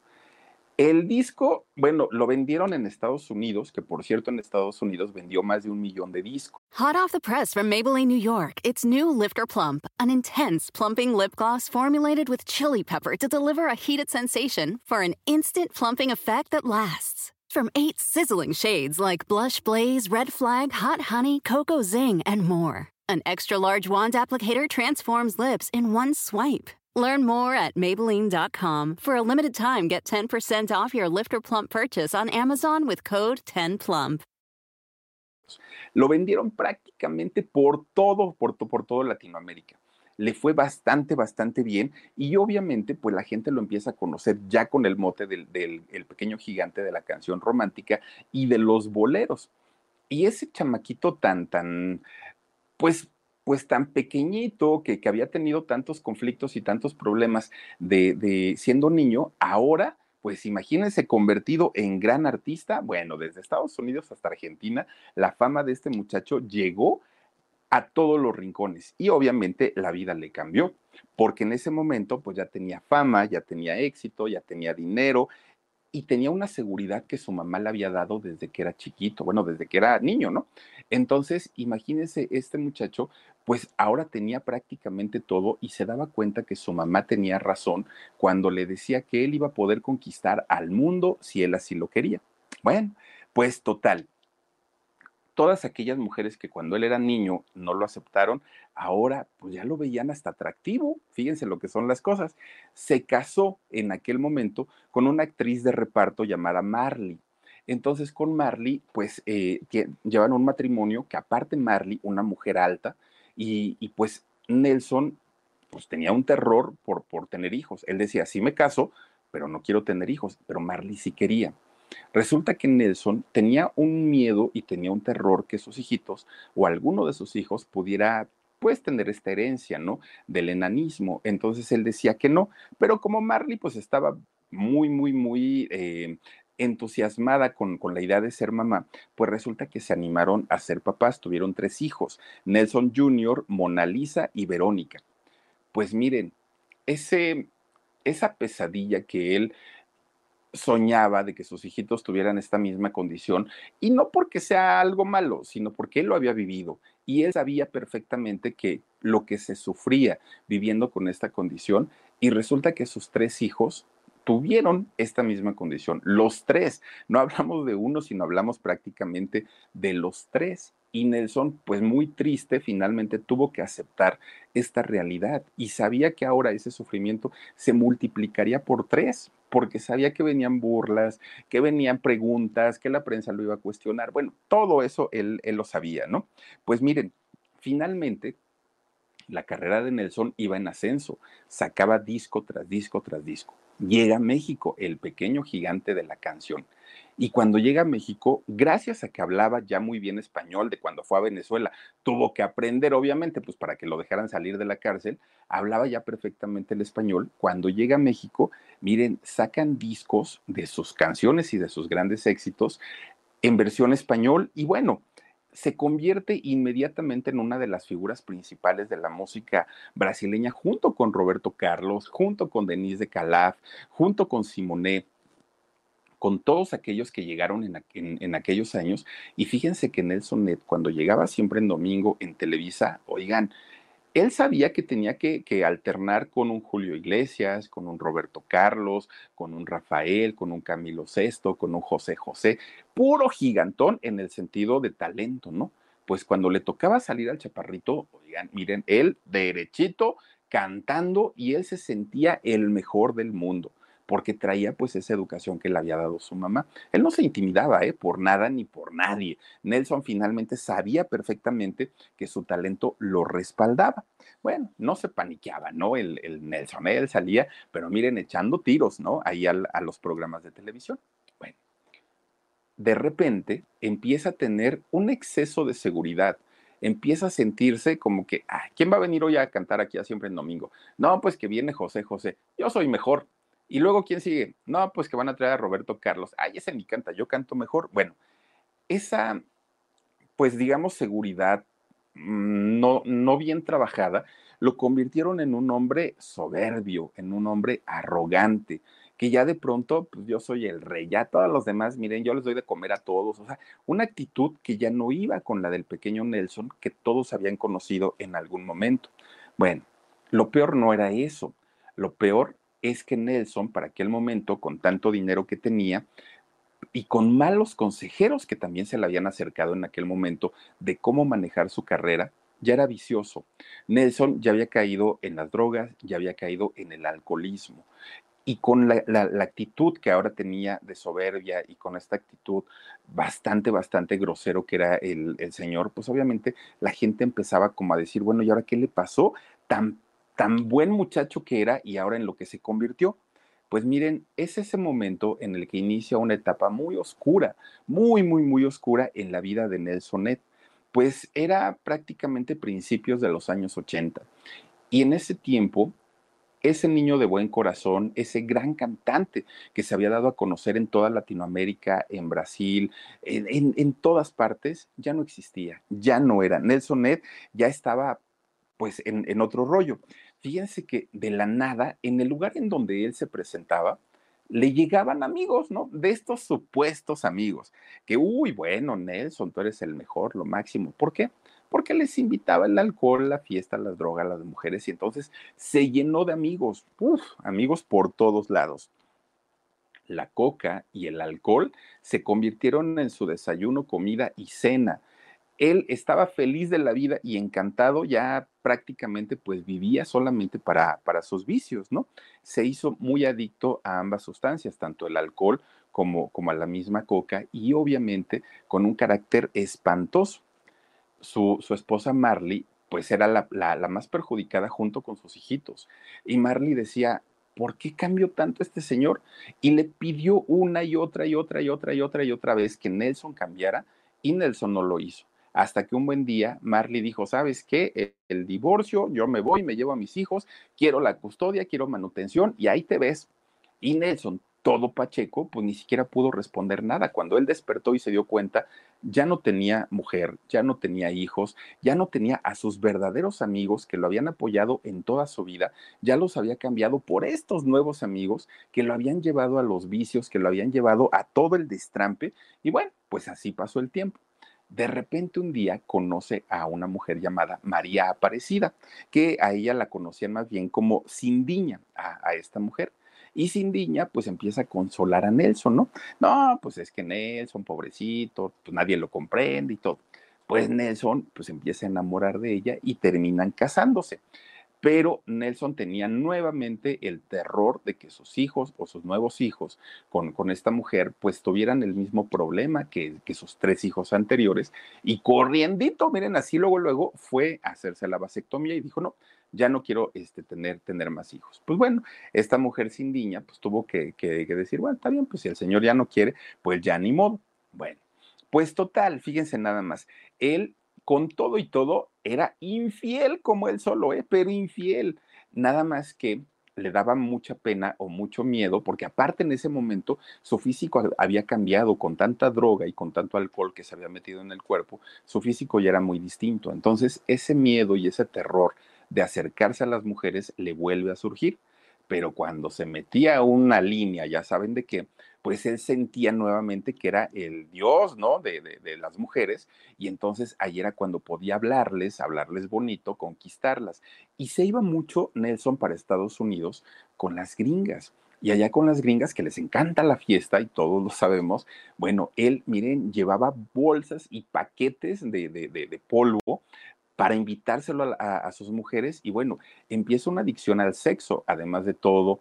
El disco, bueno, lo vendieron en Estados Unidos, que por cierto en Estados Unidos vendió más de un millón de discos. Hot off the press from Maybelline, New York, it's new Lifter Plump, an intense plumping lip gloss formulated with chili pepper to deliver a heated sensation for an instant plumping effect that lasts. From eight sizzling shades like Blush Blaze, Red Flag, Hot Honey, Cocoa Zing, and more. An extra large wand applicator transforms lips in one swipe. Learn more at Maybelline dot com. For a limited time, get ten percent off your Lifter Plump purchase on Amazon with code ten plump. Lo vendieron prácticamente por todo, por, por todo Latinoamérica. Le fue bastante, bastante bien y obviamente pues la gente lo empieza a conocer ya con el mote del, del el pequeño gigante de la canción romántica y de los boleros. Y ese chamaquito tan, tan, pues, pues tan pequeñito, que, que había tenido tantos conflictos y tantos problemas de, de siendo niño, ahora, pues imagínense, convertido en gran artista, bueno, desde Estados Unidos hasta Argentina, la fama de este muchacho llegó a todos los rincones y obviamente la vida le cambió, porque en ese momento pues ya tenía fama, ya tenía éxito, ya tenía dinero y tenía una seguridad que su mamá le había dado desde que era chiquito, bueno, desde que era niño, ¿no? Entonces, imagínense, este muchacho, pues ahora tenía prácticamente todo y se daba cuenta que su mamá tenía razón cuando le decía que él iba a poder conquistar al mundo si él así lo quería. Bueno, pues total, todas aquellas mujeres que cuando él era niño no lo aceptaron, ahora pues ya lo veían hasta atractivo, fíjense lo que son las cosas. Se casó en aquel momento con una actriz de reparto llamada Marley. Entonces con Marley pues eh, que llevan un matrimonio que aparte Marley, una mujer alta, y, y pues Nelson pues tenía un terror por, por tener hijos. Él decía, sí me caso, pero no quiero tener hijos, pero Marley sí quería. Resulta que Nelson tenía un miedo y tenía un terror que sus hijitos o alguno de sus hijos pudiera pues tener esta herencia, ¿no? Del enanismo. Entonces él decía que no, pero como Marley pues estaba muy, muy, muy eh, entusiasmada con, con la idea de ser mamá, pues resulta que se animaron a ser papás, tuvieron tres hijos, Nelson junior, Mona Lisa y Verónica. Pues miren, ese, esa pesadilla que él soñaba de que sus hijitos tuvieran esta misma condición, y no porque sea algo malo, sino porque él lo había vivido y él sabía perfectamente que lo que se sufría viviendo con esta condición, y resulta que sus tres hijos tuvieron esta misma condición, los tres, no hablamos de uno, sino hablamos prácticamente de los tres. Y Nelson, pues muy triste, finalmente tuvo que aceptar esta realidad y sabía que ahora ese sufrimiento se multiplicaría por tres, porque sabía que venían burlas, que venían preguntas, que la prensa lo iba a cuestionar. Bueno, todo eso él, él lo sabía, ¿no? Pues miren, finalmente la carrera de Nelson iba en ascenso, sacaba disco tras disco tras disco. Llega a México, el pequeño gigante de la canción. Y cuando llega a México, gracias a que hablaba ya muy bien español de cuando fue a Venezuela, tuvo que aprender, obviamente, pues para que lo dejaran salir de la cárcel, hablaba ya perfectamente el español. Cuando llega a México, miren, sacan discos de sus canciones y de sus grandes éxitos en versión español y bueno, se convierte inmediatamente en una de las figuras principales de la música brasileña, junto con Roberto Carlos, junto con Denise de Calaf, junto con Simonet, con todos aquellos que llegaron en, en, en aquellos años. Y fíjense que Nelson Net, cuando llegaba siempre en domingo en Televisa, oigan, él sabía que tenía que, que, alternar con un Julio Iglesias, con un Roberto Carlos, con un Rafael, con un Camilo Sesto, con un José José, puro gigantón en el sentido de talento, ¿no? Pues cuando le tocaba salir al chaparrito, oigan, miren, él derechito, cantando, y él se sentía el mejor del mundo, porque traía pues esa educación que le había dado su mamá. Él no se intimidaba, ¿eh? Por nada ni por nadie. Nelson finalmente sabía perfectamente que su talento lo respaldaba. Bueno, no se paniqueaba, ¿no? El, el Nelson, él salía, pero miren, echando tiros, ¿no? Ahí al, a los programas de televisión. Bueno, de repente empieza a tener un exceso de seguridad. Empieza a sentirse como que, ah, ¿quién va a venir hoy a cantar aquí a Siempre en Domingo? No, pues que viene José José, yo soy mejor. Y luego, ¿quién sigue? No, pues que van a traer a Roberto Carlos. Ay, ese ni canta, yo canto mejor. Bueno, esa, pues digamos, seguridad mm, no, no bien trabajada, lo convirtieron en un hombre soberbio, en un hombre arrogante, que ya de pronto, pues yo soy el rey, ya todos los demás, miren, yo les doy de comer a todos, o sea, una actitud que ya no iba con la del pequeño Nelson, que todos habían conocido en algún momento. Bueno, lo peor no era eso, lo peor es que Nelson, para aquel momento, con tanto dinero que tenía, y con malos consejeros que también se le habían acercado en aquel momento de cómo manejar su carrera, ya era vicioso. Nelson ya había caído en las drogas, ya había caído en el alcoholismo. Y con la, la, la actitud que ahora tenía de soberbia y con esta actitud bastante, bastante grosero que era el, el señor, pues obviamente la gente empezaba como a decir, bueno, ¿y ahora qué le pasó? Tan, tan buen muchacho que era y ahora en lo que se convirtió. Pues miren, es ese momento en el que inicia una etapa muy oscura, muy, muy, muy oscura en la vida de Nelson Ned. Pues era prácticamente principios de los años ochenta. Y en ese tiempo, ese niño de buen corazón, ese gran cantante que se había dado a conocer en toda Latinoamérica, en Brasil, en, en, en todas partes, ya no existía, ya no era. Nelson Ned ya estaba pues en, en otro rollo. Fíjense que de la nada, en el lugar en donde él se presentaba, le llegaban amigos, ¿no? De estos supuestos amigos, que, uy, bueno, Nelson, tú eres el mejor, lo máximo. ¿Por qué? Porque les invitaba el alcohol, la fiesta, las drogas, las mujeres, y entonces se llenó de amigos, uf, amigos por todos lados. La coca y el alcohol se convirtieron en su desayuno, comida y cena. Él estaba feliz de la vida y encantado, ya prácticamente pues vivía solamente para, para sus vicios, ¿no? Se hizo muy adicto a ambas sustancias, tanto el alcohol como, como a la misma coca, y obviamente con un carácter espantoso. Su, su esposa Marley pues era la, la, la más perjudicada junto con sus hijitos. Y Marley decía, ¿por qué cambió tanto este señor? Y le pidió una y otra y otra y otra y otra y otra vez que Nelson cambiara, y Nelson no lo hizo. Hasta que un buen día Marley dijo, ¿sabes qué? El, el divorcio, yo me voy, me llevo a mis hijos, quiero la custodia, quiero manutención, y ahí te ves. Y Nelson, todo pacheco, pues ni siquiera pudo responder nada. Cuando él despertó y se dio cuenta, ya no tenía mujer, ya no tenía hijos, ya no tenía a sus verdaderos amigos que lo habían apoyado en toda su vida, ya los había cambiado por estos nuevos amigos que lo habían llevado a los vicios, que lo habían llevado a todo el destrampe, y bueno, pues así pasó el tiempo. De repente un día conoce a una mujer llamada María Aparecida, que a ella la conocían más bien como Cindiña, a, a esta mujer. Y Cindiña pues empieza a consolar a Nelson, ¿no? No, pues es que Nelson, pobrecito, pues nadie lo comprende y todo. Pues Nelson pues empieza a enamorar de ella y terminan casándose. Pero Nelson tenía nuevamente el terror de que sus hijos o sus nuevos hijos con, con esta mujer pues tuvieran el mismo problema que, que sus tres hijos anteriores y corriendito, miren, así luego, luego fue a hacerse la vasectomía y dijo, no, ya no quiero este, tener, tener más hijos. Pues bueno, esta mujer sin niña pues tuvo que, que, que decir, bueno, está bien, pues si el señor ya no quiere, pues ya ni modo. Bueno, pues total, fíjense nada más, él con todo y todo, era infiel como él solo, ¿eh? Pero infiel. Nada más que le daba mucha pena o mucho miedo, porque aparte en ese momento su físico había cambiado con tanta droga y con tanto alcohol que se había metido en el cuerpo, su físico ya era muy distinto. Entonces ese miedo y ese terror de acercarse a las mujeres le vuelve a surgir. Pero cuando se metía a una línea, ya saben de qué, pues él sentía nuevamente que era el dios, ¿no? De, de, de las mujeres, y entonces ahí era cuando podía hablarles, hablarles bonito, conquistarlas. Y se iba mucho Nelson para Estados Unidos con las gringas. Y allá con las gringas que les encanta la fiesta y todos lo sabemos, bueno, él, miren, llevaba bolsas y paquetes de, de, de, de polvo para invitárselo a, a, a sus mujeres y bueno, empieza una adicción al sexo, además de todo,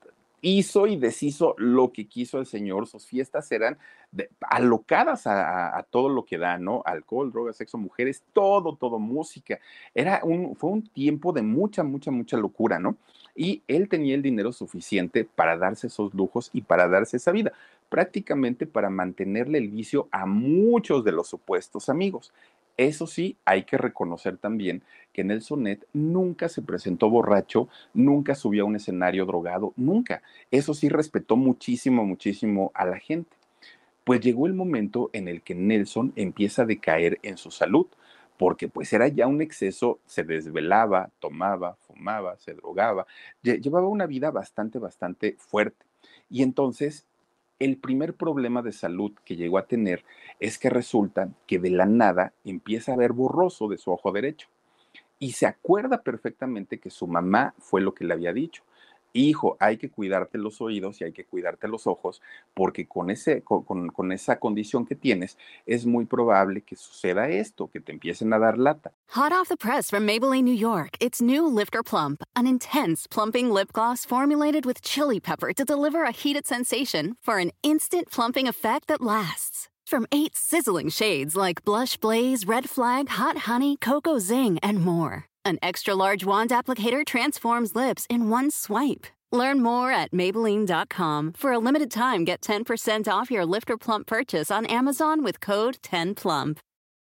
hizo y deshizo lo que quiso el señor, sus fiestas eran de, alocadas a, a, a, todo lo que da, ¿no? Alcohol, drogas, sexo, mujeres, todo, todo, música. Era un, fue un tiempo de mucha, mucha, mucha locura, ¿no? Y él tenía el dinero suficiente para darse esos lujos y para darse esa vida, prácticamente para mantenerle el vicio a muchos de los supuestos amigos. Eso sí, hay que reconocer también que Nelson Ned nunca se presentó borracho, nunca subió a un escenario drogado, nunca. Eso sí respetó muchísimo, muchísimo a la gente. Pues llegó el momento en el que Nelson empieza a decaer en su salud, porque pues era ya un exceso, se desvelaba, tomaba, fumaba, se drogaba, llevaba una vida bastante, bastante fuerte. Y entonces el primer problema de salud que llegó a tener es que resulta que de la nada empieza a ver borroso de su ojo derecho y se acuerda perfectamente que su mamá fue lo que le había dicho. Hijo, hay que cuidarte los oídos y hay que cuidarte los ojos porque con, ese, con, con, con esa condición que tienes es muy probable que suceda esto, que te empiecen a dar lata. Hot off the press from Maybelline, New York, it's new Lifter Plump, an intense plumping lip gloss formulated with chili pepper to deliver a heated sensation for an instant plumping effect that lasts. From eight sizzling shades like Blush Blaze, Red Flag, Hot Honey, Cocoa Zing, and more. An extra-large wand applicator transforms lips in one swipe. Learn more at Maybelline dot com. For a limited time, get ten percent off your Lifter Plump purchase on Amazon with code ten plump.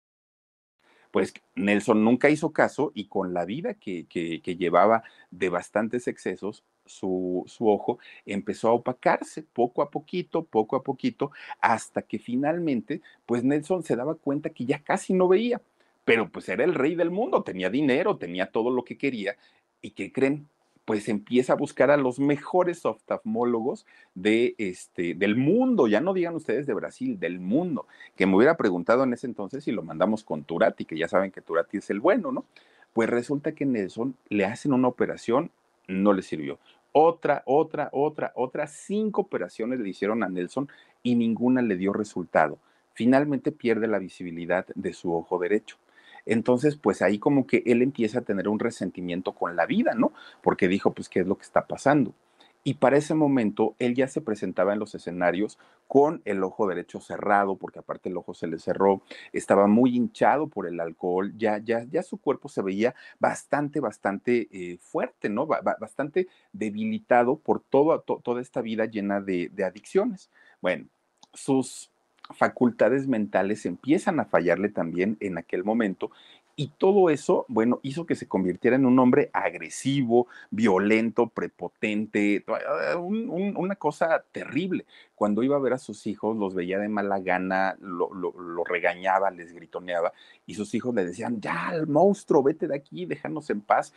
Pues Nelson nunca hizo caso y con la vida que, que, que llevaba de bastantes excesos, su, su ojo empezó a opacarse poco a poquito, poco a poquito, hasta que finalmente, pues Nelson se daba cuenta que ya casi no veía, pero pues era el rey del mundo, tenía dinero, tenía todo lo que quería, ¿y qué creen? Pues empieza a buscar a los mejores oftalmólogos de este, del mundo, ya no digan ustedes de Brasil, del mundo, que me hubiera preguntado en ese entonces si lo mandamos con Turati, que ya saben que Turati es el bueno, ¿no? Pues resulta que Nelson le hacen una operación, no le sirvió. Otra, otra, otra, otra, cinco operaciones le hicieron a Nelson y ninguna le dio resultado. Finalmente pierde la visibilidad de su ojo derecho. Entonces, pues ahí como que él empieza a tener un resentimiento con la vida, ¿no? Porque dijo, pues, ¿qué es lo que está pasando? Y para ese momento, él ya se presentaba en los escenarios con el ojo derecho cerrado, porque aparte el ojo se le cerró, estaba muy hinchado por el alcohol, ya, ya, ya su cuerpo se veía bastante, bastante eh, fuerte, ¿no? Ba- ba- bastante debilitado por todo, to- toda esta vida llena de, de adicciones. Bueno, sus facultades mentales empiezan a fallarle también en aquel momento Y todo eso, bueno, hizo que se convirtiera en un hombre agresivo, violento, prepotente, un, un, una cosa terrible. Cuando iba a ver a sus hijos, los veía de mala gana, lo, lo, lo regañaba, les gritoneaba, y sus hijos le decían, ya, el monstruo, vete de aquí, déjanos en paz.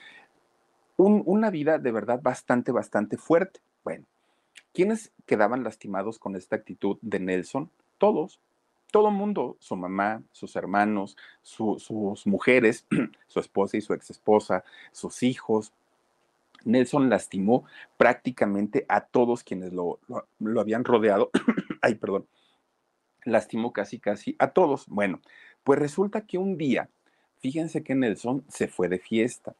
Un, una vida de verdad bastante, bastante fuerte. Bueno, ¿quiénes quedaban lastimados con esta actitud de Nelson? Todos, todo mundo, su mamá, sus hermanos, su, sus mujeres, su esposa y su exesposa, sus hijos. Nelson lastimó prácticamente a todos quienes lo, lo, lo habían rodeado. Ay, perdón. Lastimó casi, casi a todos. Bueno, pues resulta que un día, fíjense que Nelson se fue de fiesta.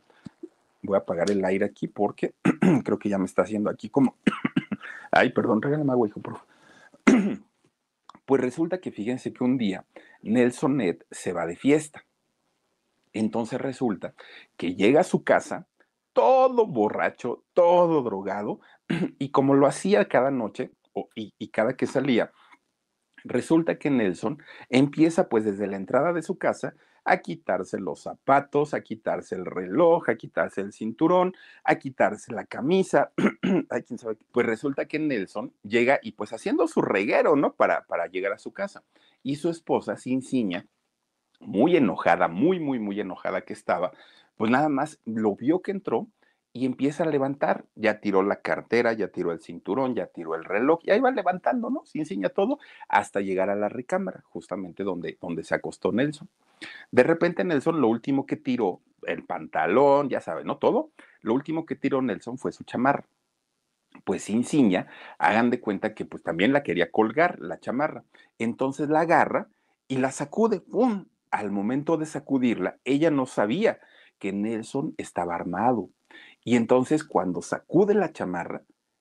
Voy a apagar el aire aquí porque creo que ya me está haciendo aquí como... Ay, perdón, regálame agua, hijo, por favor. Pues resulta que fíjense que un día Nelson Ned se va de fiesta. Entonces resulta que llega a su casa todo borracho, todo drogado, y como lo hacía cada noche o, y, y cada que salía, resulta que Nelson empieza pues desde la entrada de su casa a quitarse los zapatos, a quitarse el reloj, a quitarse el cinturón, a quitarse la camisa. Ay, quién sabe. Pues resulta que Nelson llega y pues haciendo su reguero, ¿no? Para, para llegar a su casa. Y su esposa, Cinciña, muy enojada, muy, muy, muy enojada que estaba, pues nada más lo vio que entró y empieza a levantar. Ya tiró la cartera, ya tiró el cinturón, ya tiró el reloj, y ahí va levantando, ¿no? Se enseña todo hasta llegar a la recámara, justamente donde, donde se acostó Nelson. De repente Nelson lo último que tiró, el pantalón, ya saben, ¿no? Todo, lo último que tiró Nelson fue su chamarra. Pues Insignia, hagan de cuenta que pues también la quería colgar, la chamarra. Entonces la agarra y la sacude, ¡pum! Al momento de sacudirla, ella no sabía que Nelson estaba armado. Y entonces cuando sacude la chamarra,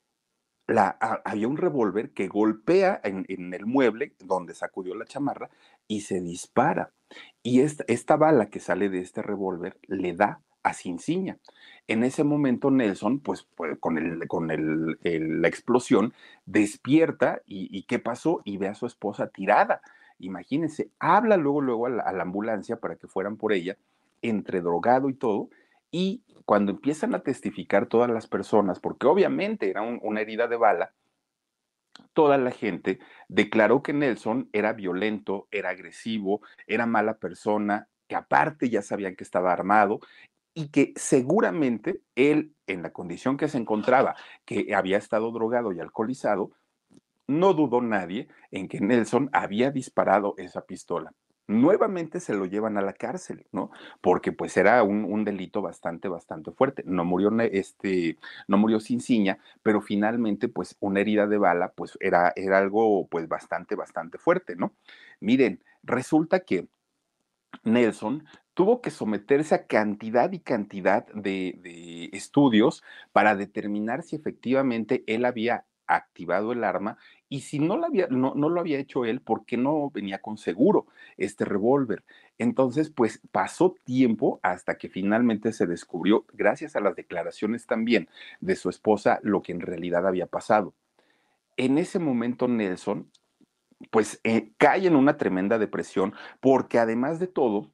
la, a, había un revólver que golpea en, en, el mueble donde sacudió la chamarra y se dispara. Y esta, esta bala que sale de este revólver le da a Cinciña. En ese momento Nelson, pues, pues con, el, con el, el, la explosión, despierta y, y ¿qué pasó? Y ve a su esposa tirada. Imagínense, habla luego, luego a la, a la ambulancia para que fueran por ella, entre drogado y todo, y cuando empiezan a testificar todas las personas, porque obviamente era un, una herida de bala, toda la gente declaró que Nelson era violento, era agresivo, era mala persona, que aparte ya sabían que estaba armado y que seguramente él, en la condición que se encontraba, que había estado drogado y alcoholizado, no dudó nadie en que Nelson había disparado esa pistola. Nuevamente se lo llevan a la cárcel, ¿no? Porque pues era un, un delito bastante, bastante fuerte. No murió, este, no murió Cinciña, pero finalmente pues una herida de bala pues era, era algo pues bastante, bastante fuerte, ¿no? Miren, resulta que Nelson tuvo que someterse a cantidad y cantidad de, de estudios para determinar si efectivamente él había activado el arma y si no lo había, no, no lo había hecho él, ¿por qué no venía con seguro este revólver? Entonces, pues pasó tiempo hasta que finalmente se descubrió, gracias a las declaraciones también de su esposa, lo que en realidad había pasado. En ese momento, Nelson, pues eh, cae en una tremenda depresión porque además de todo,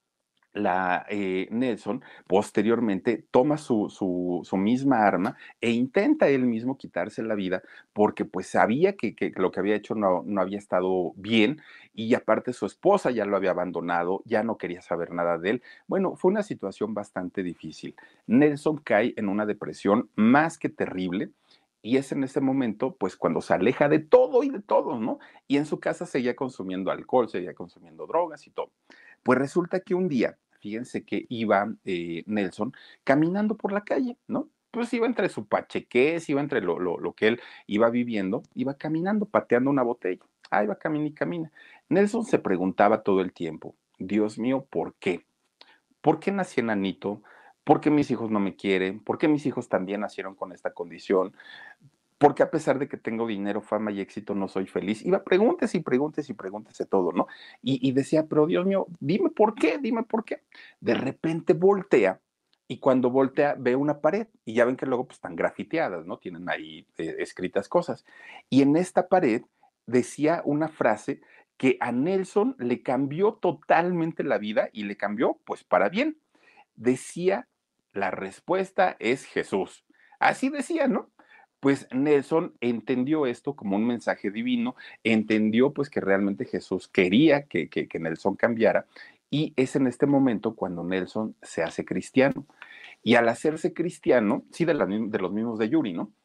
la, eh, Nelson posteriormente toma su, su, su, misma arma e intenta él mismo quitarse la vida porque pues sabía que, que lo que había hecho no, no, había estado bien y aparte su esposa ya lo había abandonado, ya no quería saber nada de él. Bueno, fue una situación bastante difícil. Nelson cae en una depresión más que terrible. Y es en ese momento, pues, cuando se aleja de todo y de todo, ¿no? Y en su casa seguía consumiendo alcohol, seguía consumiendo drogas y todo. Pues resulta que un día, fíjense que iba eh, Nelson caminando por la calle, ¿no? Pues iba entre su pachequés, iba entre lo, lo, lo que él iba viviendo, iba caminando, pateando una botella. Ah, iba camina y camina. Nelson se preguntaba todo el tiempo, Dios mío, ¿por qué? ¿Por qué nací enanito? ¿Por qué mis hijos no me quieren? ¿Por qué mis hijos también nacieron con esta condición? Porque a pesar de que tengo dinero, fama y éxito, no soy feliz. Iba pregúntese y pregúntese y pregúntese todo, ¿no? Y, y decía, pero Dios mío, dime por qué, dime por qué. De repente voltea y cuando voltea ve una pared y ya ven que luego pues están grafiteadas, ¿no? Tienen ahí eh, escritas cosas. Y en esta pared decía una frase que a Nelson le cambió totalmente la vida y le cambió pues para bien. Decía, la respuesta es Jesús. Así decía, ¿no? Pues Nelson entendió esto como un mensaje divino, entendió pues que realmente Jesús quería que, que, que Nelson cambiara y es en este momento cuando Nelson se hace cristiano. Y al hacerse cristiano, sí, de, la, de los mismos de Yuri, ¿no?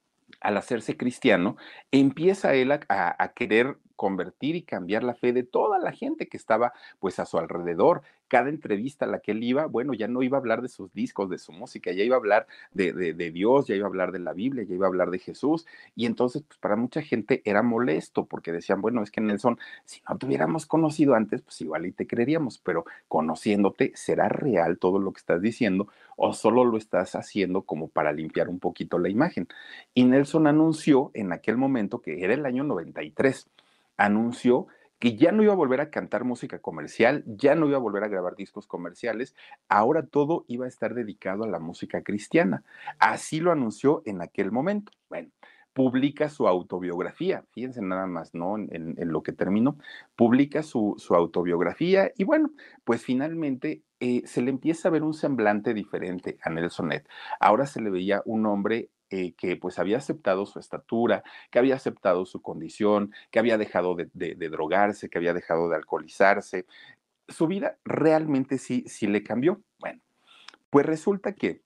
Al hacerse cristiano, empieza él a, a, a, querer convertir y cambiar la fe de toda la gente que estaba pues a su alrededor. Cada entrevista a la que él iba, bueno, ya no iba a hablar de sus discos, de su música, ya iba a hablar de, de, de Dios, ya iba a hablar de la Biblia, ya iba a hablar de Jesús. Y entonces, pues para mucha gente era molesto porque decían, bueno, es que Nelson, si no te hubiéramos conocido antes, pues igual y te creeríamos, pero conociéndote, ¿será real todo lo que estás diciendo o solo lo estás haciendo como para limpiar un poquito la imagen? Y Nelson anunció en aquel momento, que era el año noventa y tres, anunció que ya no iba a volver a cantar música comercial, ya no iba a volver a grabar discos comerciales, ahora todo iba a estar dedicado a la música cristiana. Así lo anunció en aquel momento. Bueno, publica su autobiografía, fíjense nada más, ¿no? En, en, en lo que terminó, publica su, su autobiografía y bueno, pues finalmente eh, se le empieza a ver un semblante diferente a Nelson Ned. Ahora se le veía un hombre eh, que pues había aceptado su estatura, que había aceptado su condición, que había dejado de, de, de drogarse, que había dejado de alcoholizarse. Su vida realmente sí, sí le cambió. Bueno, pues resulta que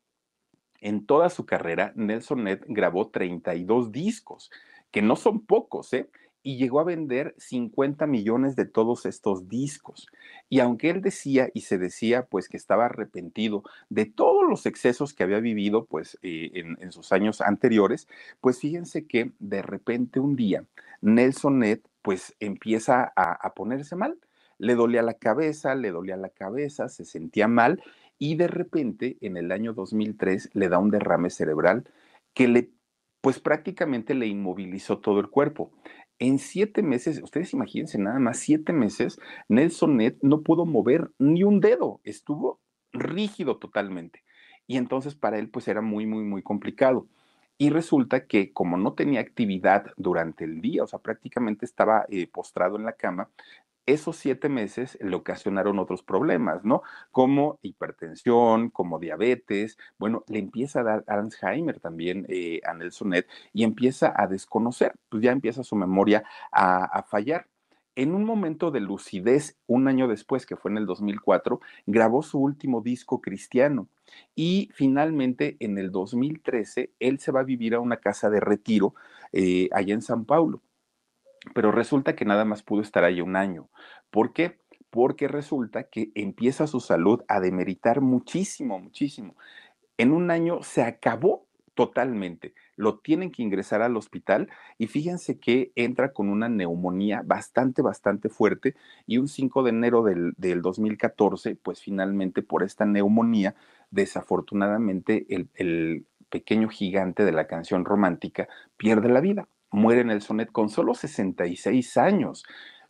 en toda su carrera, Nelson Ned grabó treinta y dos discos, que no son pocos, ¿eh? Y llegó a vender cincuenta millones de todos estos discos. Y aunque él decía y se decía pues que estaba arrepentido de todos los excesos que había vivido pues eh, en, en sus años anteriores, pues fíjense que de repente un día Nelson Ned pues empieza a, a ponerse mal. Le dolía la cabeza, le dolía la cabeza, se sentía mal y de repente en el año dos mil tres le da un derrame cerebral que le pues prácticamente le inmovilizó todo el cuerpo. En siete meses, ustedes imagínense nada más, siete meses, Nelson Ned no pudo mover ni un dedo, estuvo rígido totalmente. Y entonces para él pues era muy, muy, muy complicado. Y resulta que como no tenía actividad durante el día, o sea, prácticamente estaba eh, postrado en la cama, esos siete meses le ocasionaron otros problemas, ¿no? Como hipertensión, como diabetes, bueno, le empieza a dar Alzheimer también eh, a Nelson Ned y empieza a desconocer, pues ya empieza su memoria a, a fallar. En un momento de lucidez, un año después, que fue en el dos mil cuatro, grabó su último disco cristiano y finalmente en el dos mil trece él se va a vivir a una casa de retiro eh, allá en San Paulo, pero resulta que nada más pudo estar ahí un año. ¿Por qué? Porque resulta que empieza su salud a demeritar muchísimo, muchísimo. En un año se acabó totalmente. Lo tienen que ingresar al hospital y fíjense que entra con una neumonía bastante, bastante fuerte y un cinco de enero del, del dos mil catorce, pues finalmente por esta neumonía, desafortunadamente el, el pequeño gigante de la canción romántica pierde la vida. Muere Nelson Ned con solo sesenta y seis años.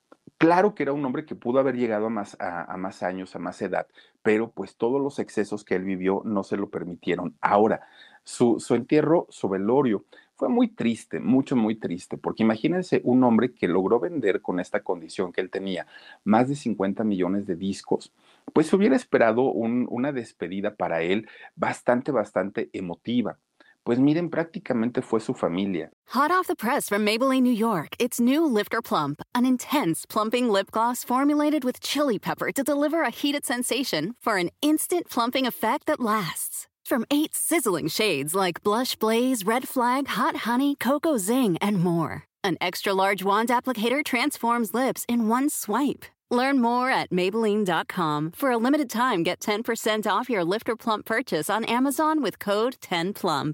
Claro que era un hombre que pudo haber llegado a más, a, a más años, a más edad, pero pues todos los excesos que él vivió no se lo permitieron. Ahora, su, su entierro, su velorio, fue muy triste, mucho, muy triste, porque imagínense un hombre que logró vender con esta condición que él tenía más de cincuenta millones de discos, pues hubiera esperado un, una despedida para él bastante, bastante emotiva. Pues miren, prácticamente fue su familia. Hot off the press from Maybelline, New York, it's new Lifter Plump, an intense plumping lip gloss formulated with chili pepper to deliver a heated sensation for an instant plumping effect that lasts. From eight sizzling shades like Blush Blaze, Red Flag, Hot Honey, Cocoa Zing, and more. An extra large wand applicator transforms lips in one swipe. Learn more at Maybelline dot com. For a limited time, get ten percent off your Lifter Plump purchase on Amazon with code ten plump.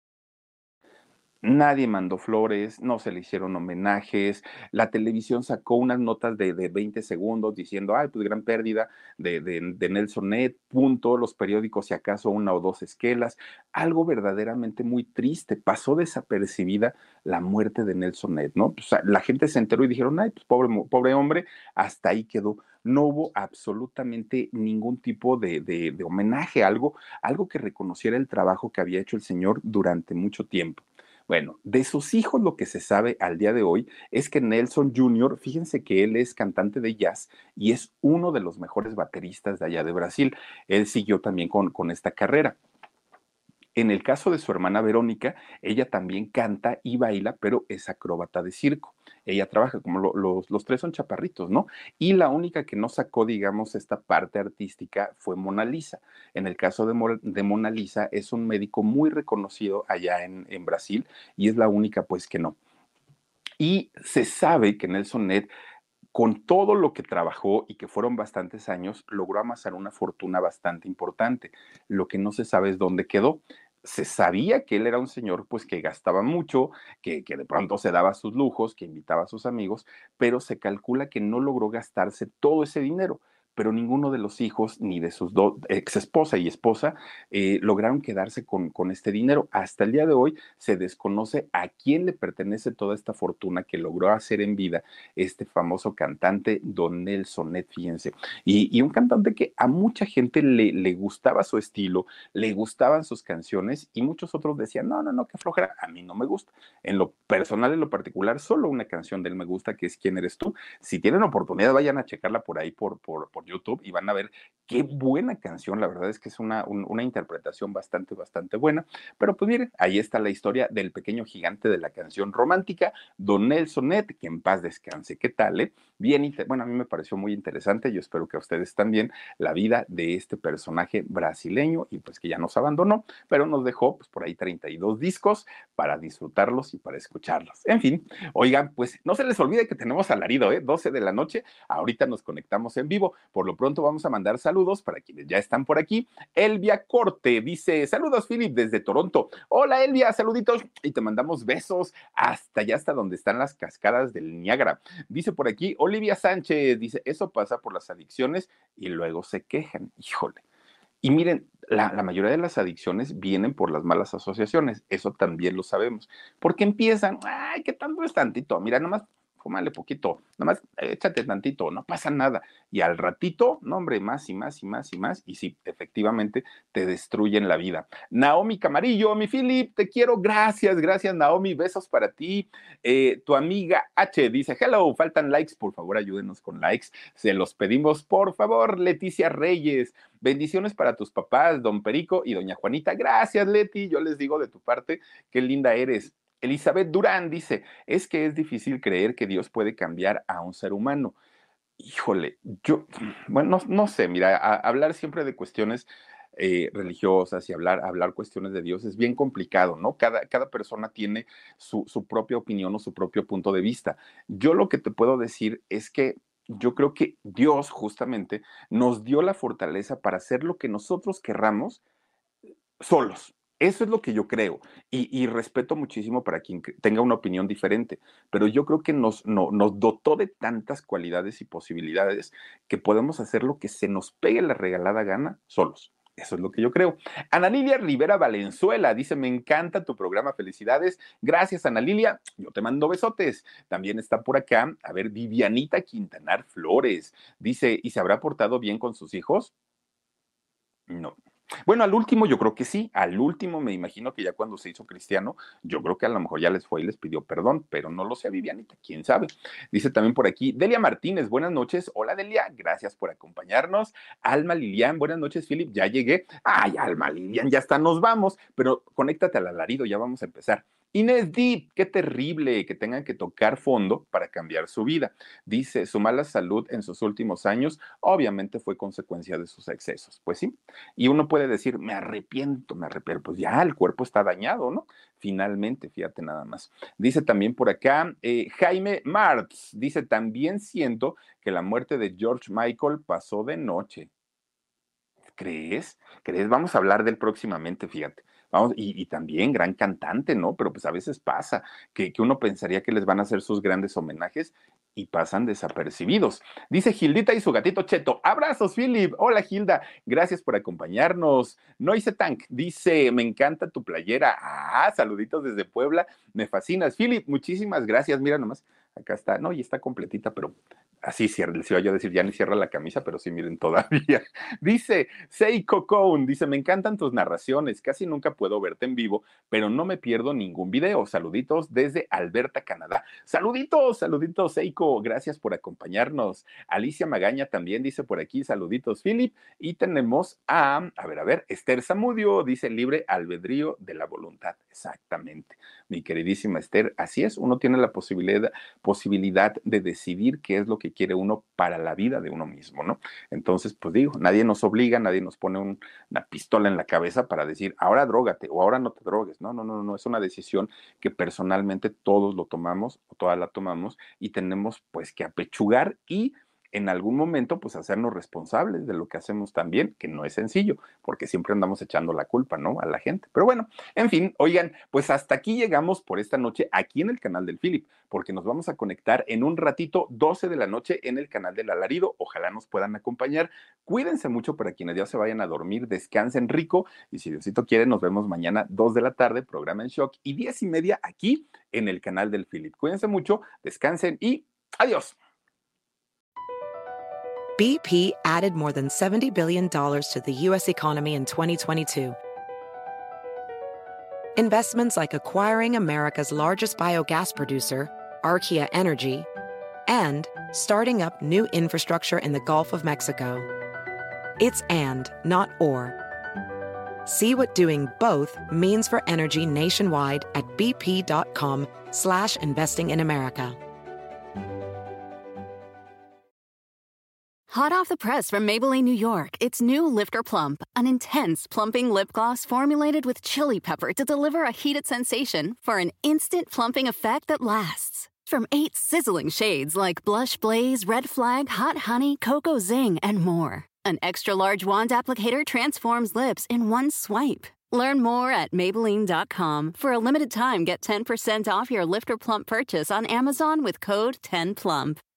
Nadie mandó flores, no se le hicieron homenajes, la televisión sacó unas notas de, de veinte segundos diciendo, ay, pues gran pérdida de, de, de Nelson Ned, punto, los periódicos si acaso una o dos esquelas, algo verdaderamente muy triste, pasó desapercibida la muerte de Nelson Ned, ¿no? Pues, la gente se enteró y dijeron, ay, pues pobre, pobre hombre, hasta ahí quedó. No hubo absolutamente ningún tipo de, de, de homenaje, algo, algo que reconociera el trabajo que había hecho el señor durante mucho tiempo. Bueno, de sus hijos lo que se sabe al día de hoy es que Nelson junior, fíjense que él es cantante de jazz y es uno de los mejores bateristas de allá de Brasil. Él siguió también con, con esta carrera. En el caso de su hermana Verónica, ella también canta y baila, pero es acróbata de circo. Ella trabaja, como lo, los, los tres son chaparritos, ¿no? Y la única que no sacó, digamos, esta parte artística fue Mona Lisa. En el caso de, Mo, de Mona Lisa, es un médico muy reconocido allá en, en Brasil y es la única, pues, que no. Y se sabe que Nelson Ned, con todo lo que trabajó y que fueron bastantes años, logró amasar una fortuna bastante importante. Lo que no se sabe es dónde quedó. Se sabía que él era un señor pues que gastaba mucho, que, que de pronto se daba sus lujos, que invitaba a sus amigos, pero se calcula que no logró gastarse todo ese dinero. Pero ninguno de los hijos, ni de sus dos, ex esposa y esposa, eh, lograron quedarse con, con este dinero. Hasta el día de hoy se desconoce a quién le pertenece toda esta fortuna que logró hacer en vida este famoso cantante Don Nelson Ned, fíjense. Y, y un cantante que a mucha gente le, le gustaba su estilo, le gustaban sus canciones y muchos otros decían, no, no, no, qué flojera, a mí no me gusta. En lo personal, en lo particular, solo una canción de él me gusta, que es ¿Quién eres tú? Si tienen oportunidad, vayan a checarla por ahí, por, por, por YouTube, y van a ver qué buena canción. La verdad es que es una, un, una interpretación bastante, bastante buena. Pero pues miren, ahí está la historia del pequeño gigante de la canción romántica, Don Nelson Ned, que en paz descanse. ¿Qué tal, eh? Bien, bueno, a mí me pareció muy interesante. Yo espero que a ustedes también, la vida de este personaje brasileño, y pues que ya nos abandonó, pero nos dejó pues por ahí treinta y dos discos para disfrutarlos y para escucharlos. En fin, oigan, pues no se les olvide que tenemos alarido, ¿eh? doce de la noche, ahorita nos conectamos en vivo. Por lo pronto vamos a mandar saludos para quienes ya están por aquí. Elvia Corte dice, saludos Philip desde Toronto. Hola Elvia, saluditos, y te mandamos besos hasta allá, hasta donde están las cascadas del Niágara. Dice por aquí Olivia Sánchez, dice, eso pasa por las adicciones y luego se quejan. Híjole. Y miren, la, la, mayoría de las adicciones vienen por las malas asociaciones, eso también lo sabemos, porque empiezan, ay, ¿qué tanto es tantito? Mira, nomás fúmale poquito, nomás échate tantito, no pasa nada. Y al ratito, no hombre, más y más y más y más, y sí, efectivamente te destruyen la vida. Naomi Camarillo, mi Philip, te quiero, gracias, gracias Naomi, besos para ti. Eh, tu amiga H dice, hello, faltan likes, por favor ayúdenos con likes, se los pedimos, por favor. Leticia Reyes, bendiciones para tus papás, don Perico y doña Juanita. Gracias, Leti, yo les digo de tu parte, qué linda eres. Elizabeth Durán dice, es que es difícil creer que Dios puede cambiar a un ser humano. Híjole, yo, bueno, no, no sé, mira, a, hablar siempre de cuestiones eh, religiosas y hablar, hablar cuestiones de Dios es bien complicado, ¿no? Cada, cada persona tiene su, su propia opinión o su propio punto de vista. Yo lo que te puedo decir es que yo creo que Dios justamente nos dio la fortaleza para hacer lo que nosotros querramos solos. Eso es lo que yo creo y, y respeto muchísimo para quien tenga una opinión diferente, pero yo creo que nos, no, nos dotó de tantas cualidades y posibilidades que podemos hacer lo que se nos pegue la regalada gana solos. Eso es lo que yo creo. Ana Lilia Rivera Valenzuela dice, me encanta tu programa, felicidades. Gracias, Ana Lilia. Yo te mando besotes. También está por acá, a ver, Vivianita Quintanar Flores. Dice, ¿y se habrá portado bien con sus hijos? No. Bueno, al último yo creo que sí, al último me imagino que ya cuando se hizo cristiano, yo creo que a lo mejor ya les fue y les pidió perdón, pero no lo sé, Vivianita, quién sabe. Dice también por aquí, Delia Martínez, buenas noches, hola Delia, gracias por acompañarnos. Alma Lilian, buenas noches, Philip, ya llegué. Ay, Alma Lilian, ya está, nos vamos, pero conéctate al alarido, ya vamos a empezar. Inés Deep, qué terrible que tengan que tocar fondo para cambiar su vida. Dice, su mala salud en sus últimos años obviamente fue consecuencia de sus excesos. Pues sí, y uno puede decir, me arrepiento, me arrepiento, pues ya el cuerpo está dañado, ¿no? Finalmente, fíjate nada más. Dice también por acá, eh, Jaime Martz, dice, también siento que la muerte de George Michael pasó de noche. ¿Crees? ¿Crees? Vamos a hablar de él próximamente, fíjate. Vamos, y, y también gran cantante, ¿no? Pero pues a veces pasa que, que uno pensaría que les van a hacer sus grandes homenajes y pasan desapercibidos. Dice Gildita y su gatito Cheto. Abrazos, Philip. Hola, Gilda. Gracias por acompañarnos. Noise Tank dice, me encanta tu playera. Ah, saluditos desde Puebla. Me fascinas. Philip, muchísimas gracias. Mira nomás. acá está, no, y está completita, pero así cierra, les iba yo a decir, ya ni cierra la camisa, pero sí, miren, todavía. Dice Seiko Koun, dice, me encantan tus narraciones, casi nunca puedo verte en vivo, pero no me pierdo ningún video. Saluditos desde Alberta, Canadá. Saluditos, saluditos, Seiko, gracias por acompañarnos. Alicia Magaña también dice por aquí, saluditos, Philip. Y tenemos a, a ver, a ver, Esther Zamudio, dice, libre albedrío de la voluntad. Exactamente, mi queridísima Esther, así es, uno tiene la posibilidad, posibilidad de decidir qué es lo que quiere uno para la vida de uno mismo, ¿no? Entonces, pues digo, nadie nos obliga, nadie nos pone un, una pistola en la cabeza para decir, ahora drógate o ahora no te drogues. No, no, no, no, es una decisión que personalmente todos lo tomamos o todas la tomamos y tenemos pues que apechugar y en algún momento pues hacernos responsables de lo que hacemos también, que no es sencillo, porque siempre andamos echando la culpa, ¿no? A la gente. Pero bueno, en fin, oigan, pues hasta aquí llegamos por esta noche aquí en el canal del Philip, porque nos vamos a conectar en un ratito, doce de la noche, en el canal del Alarido. Ojalá nos puedan acompañar. Cuídense mucho para quienes ya se vayan a dormir, descansen rico y si Diosito quiere, nos vemos mañana dos de la tarde, programa En Shock, y diez y media aquí en el canal del Philip. Cuídense mucho, descansen y adiós. B P added more than seventy billion dollars to the U S economy in twenty twenty-two. Investments like acquiring America's largest biogas producer, Archaea Energy, and starting up new infrastructure in the Gulf of Mexico. It's and, not or. See what doing both means for energy nationwide at bp.com slash investing in America. Hot off the press from Maybelline, New York, it's new Lifter Plump, an intense plumping lip gloss formulated with chili pepper to deliver a heated sensation for an instant plumping effect that lasts. From eight sizzling shades like Blush Blaze, Red Flag, Hot Honey, Cocoa Zing, and more. An extra-large wand applicator transforms lips in one swipe. Learn more at Maybelline dot com. For a limited time, get ten percent off your Lifter Plump purchase on Amazon with code ten plump.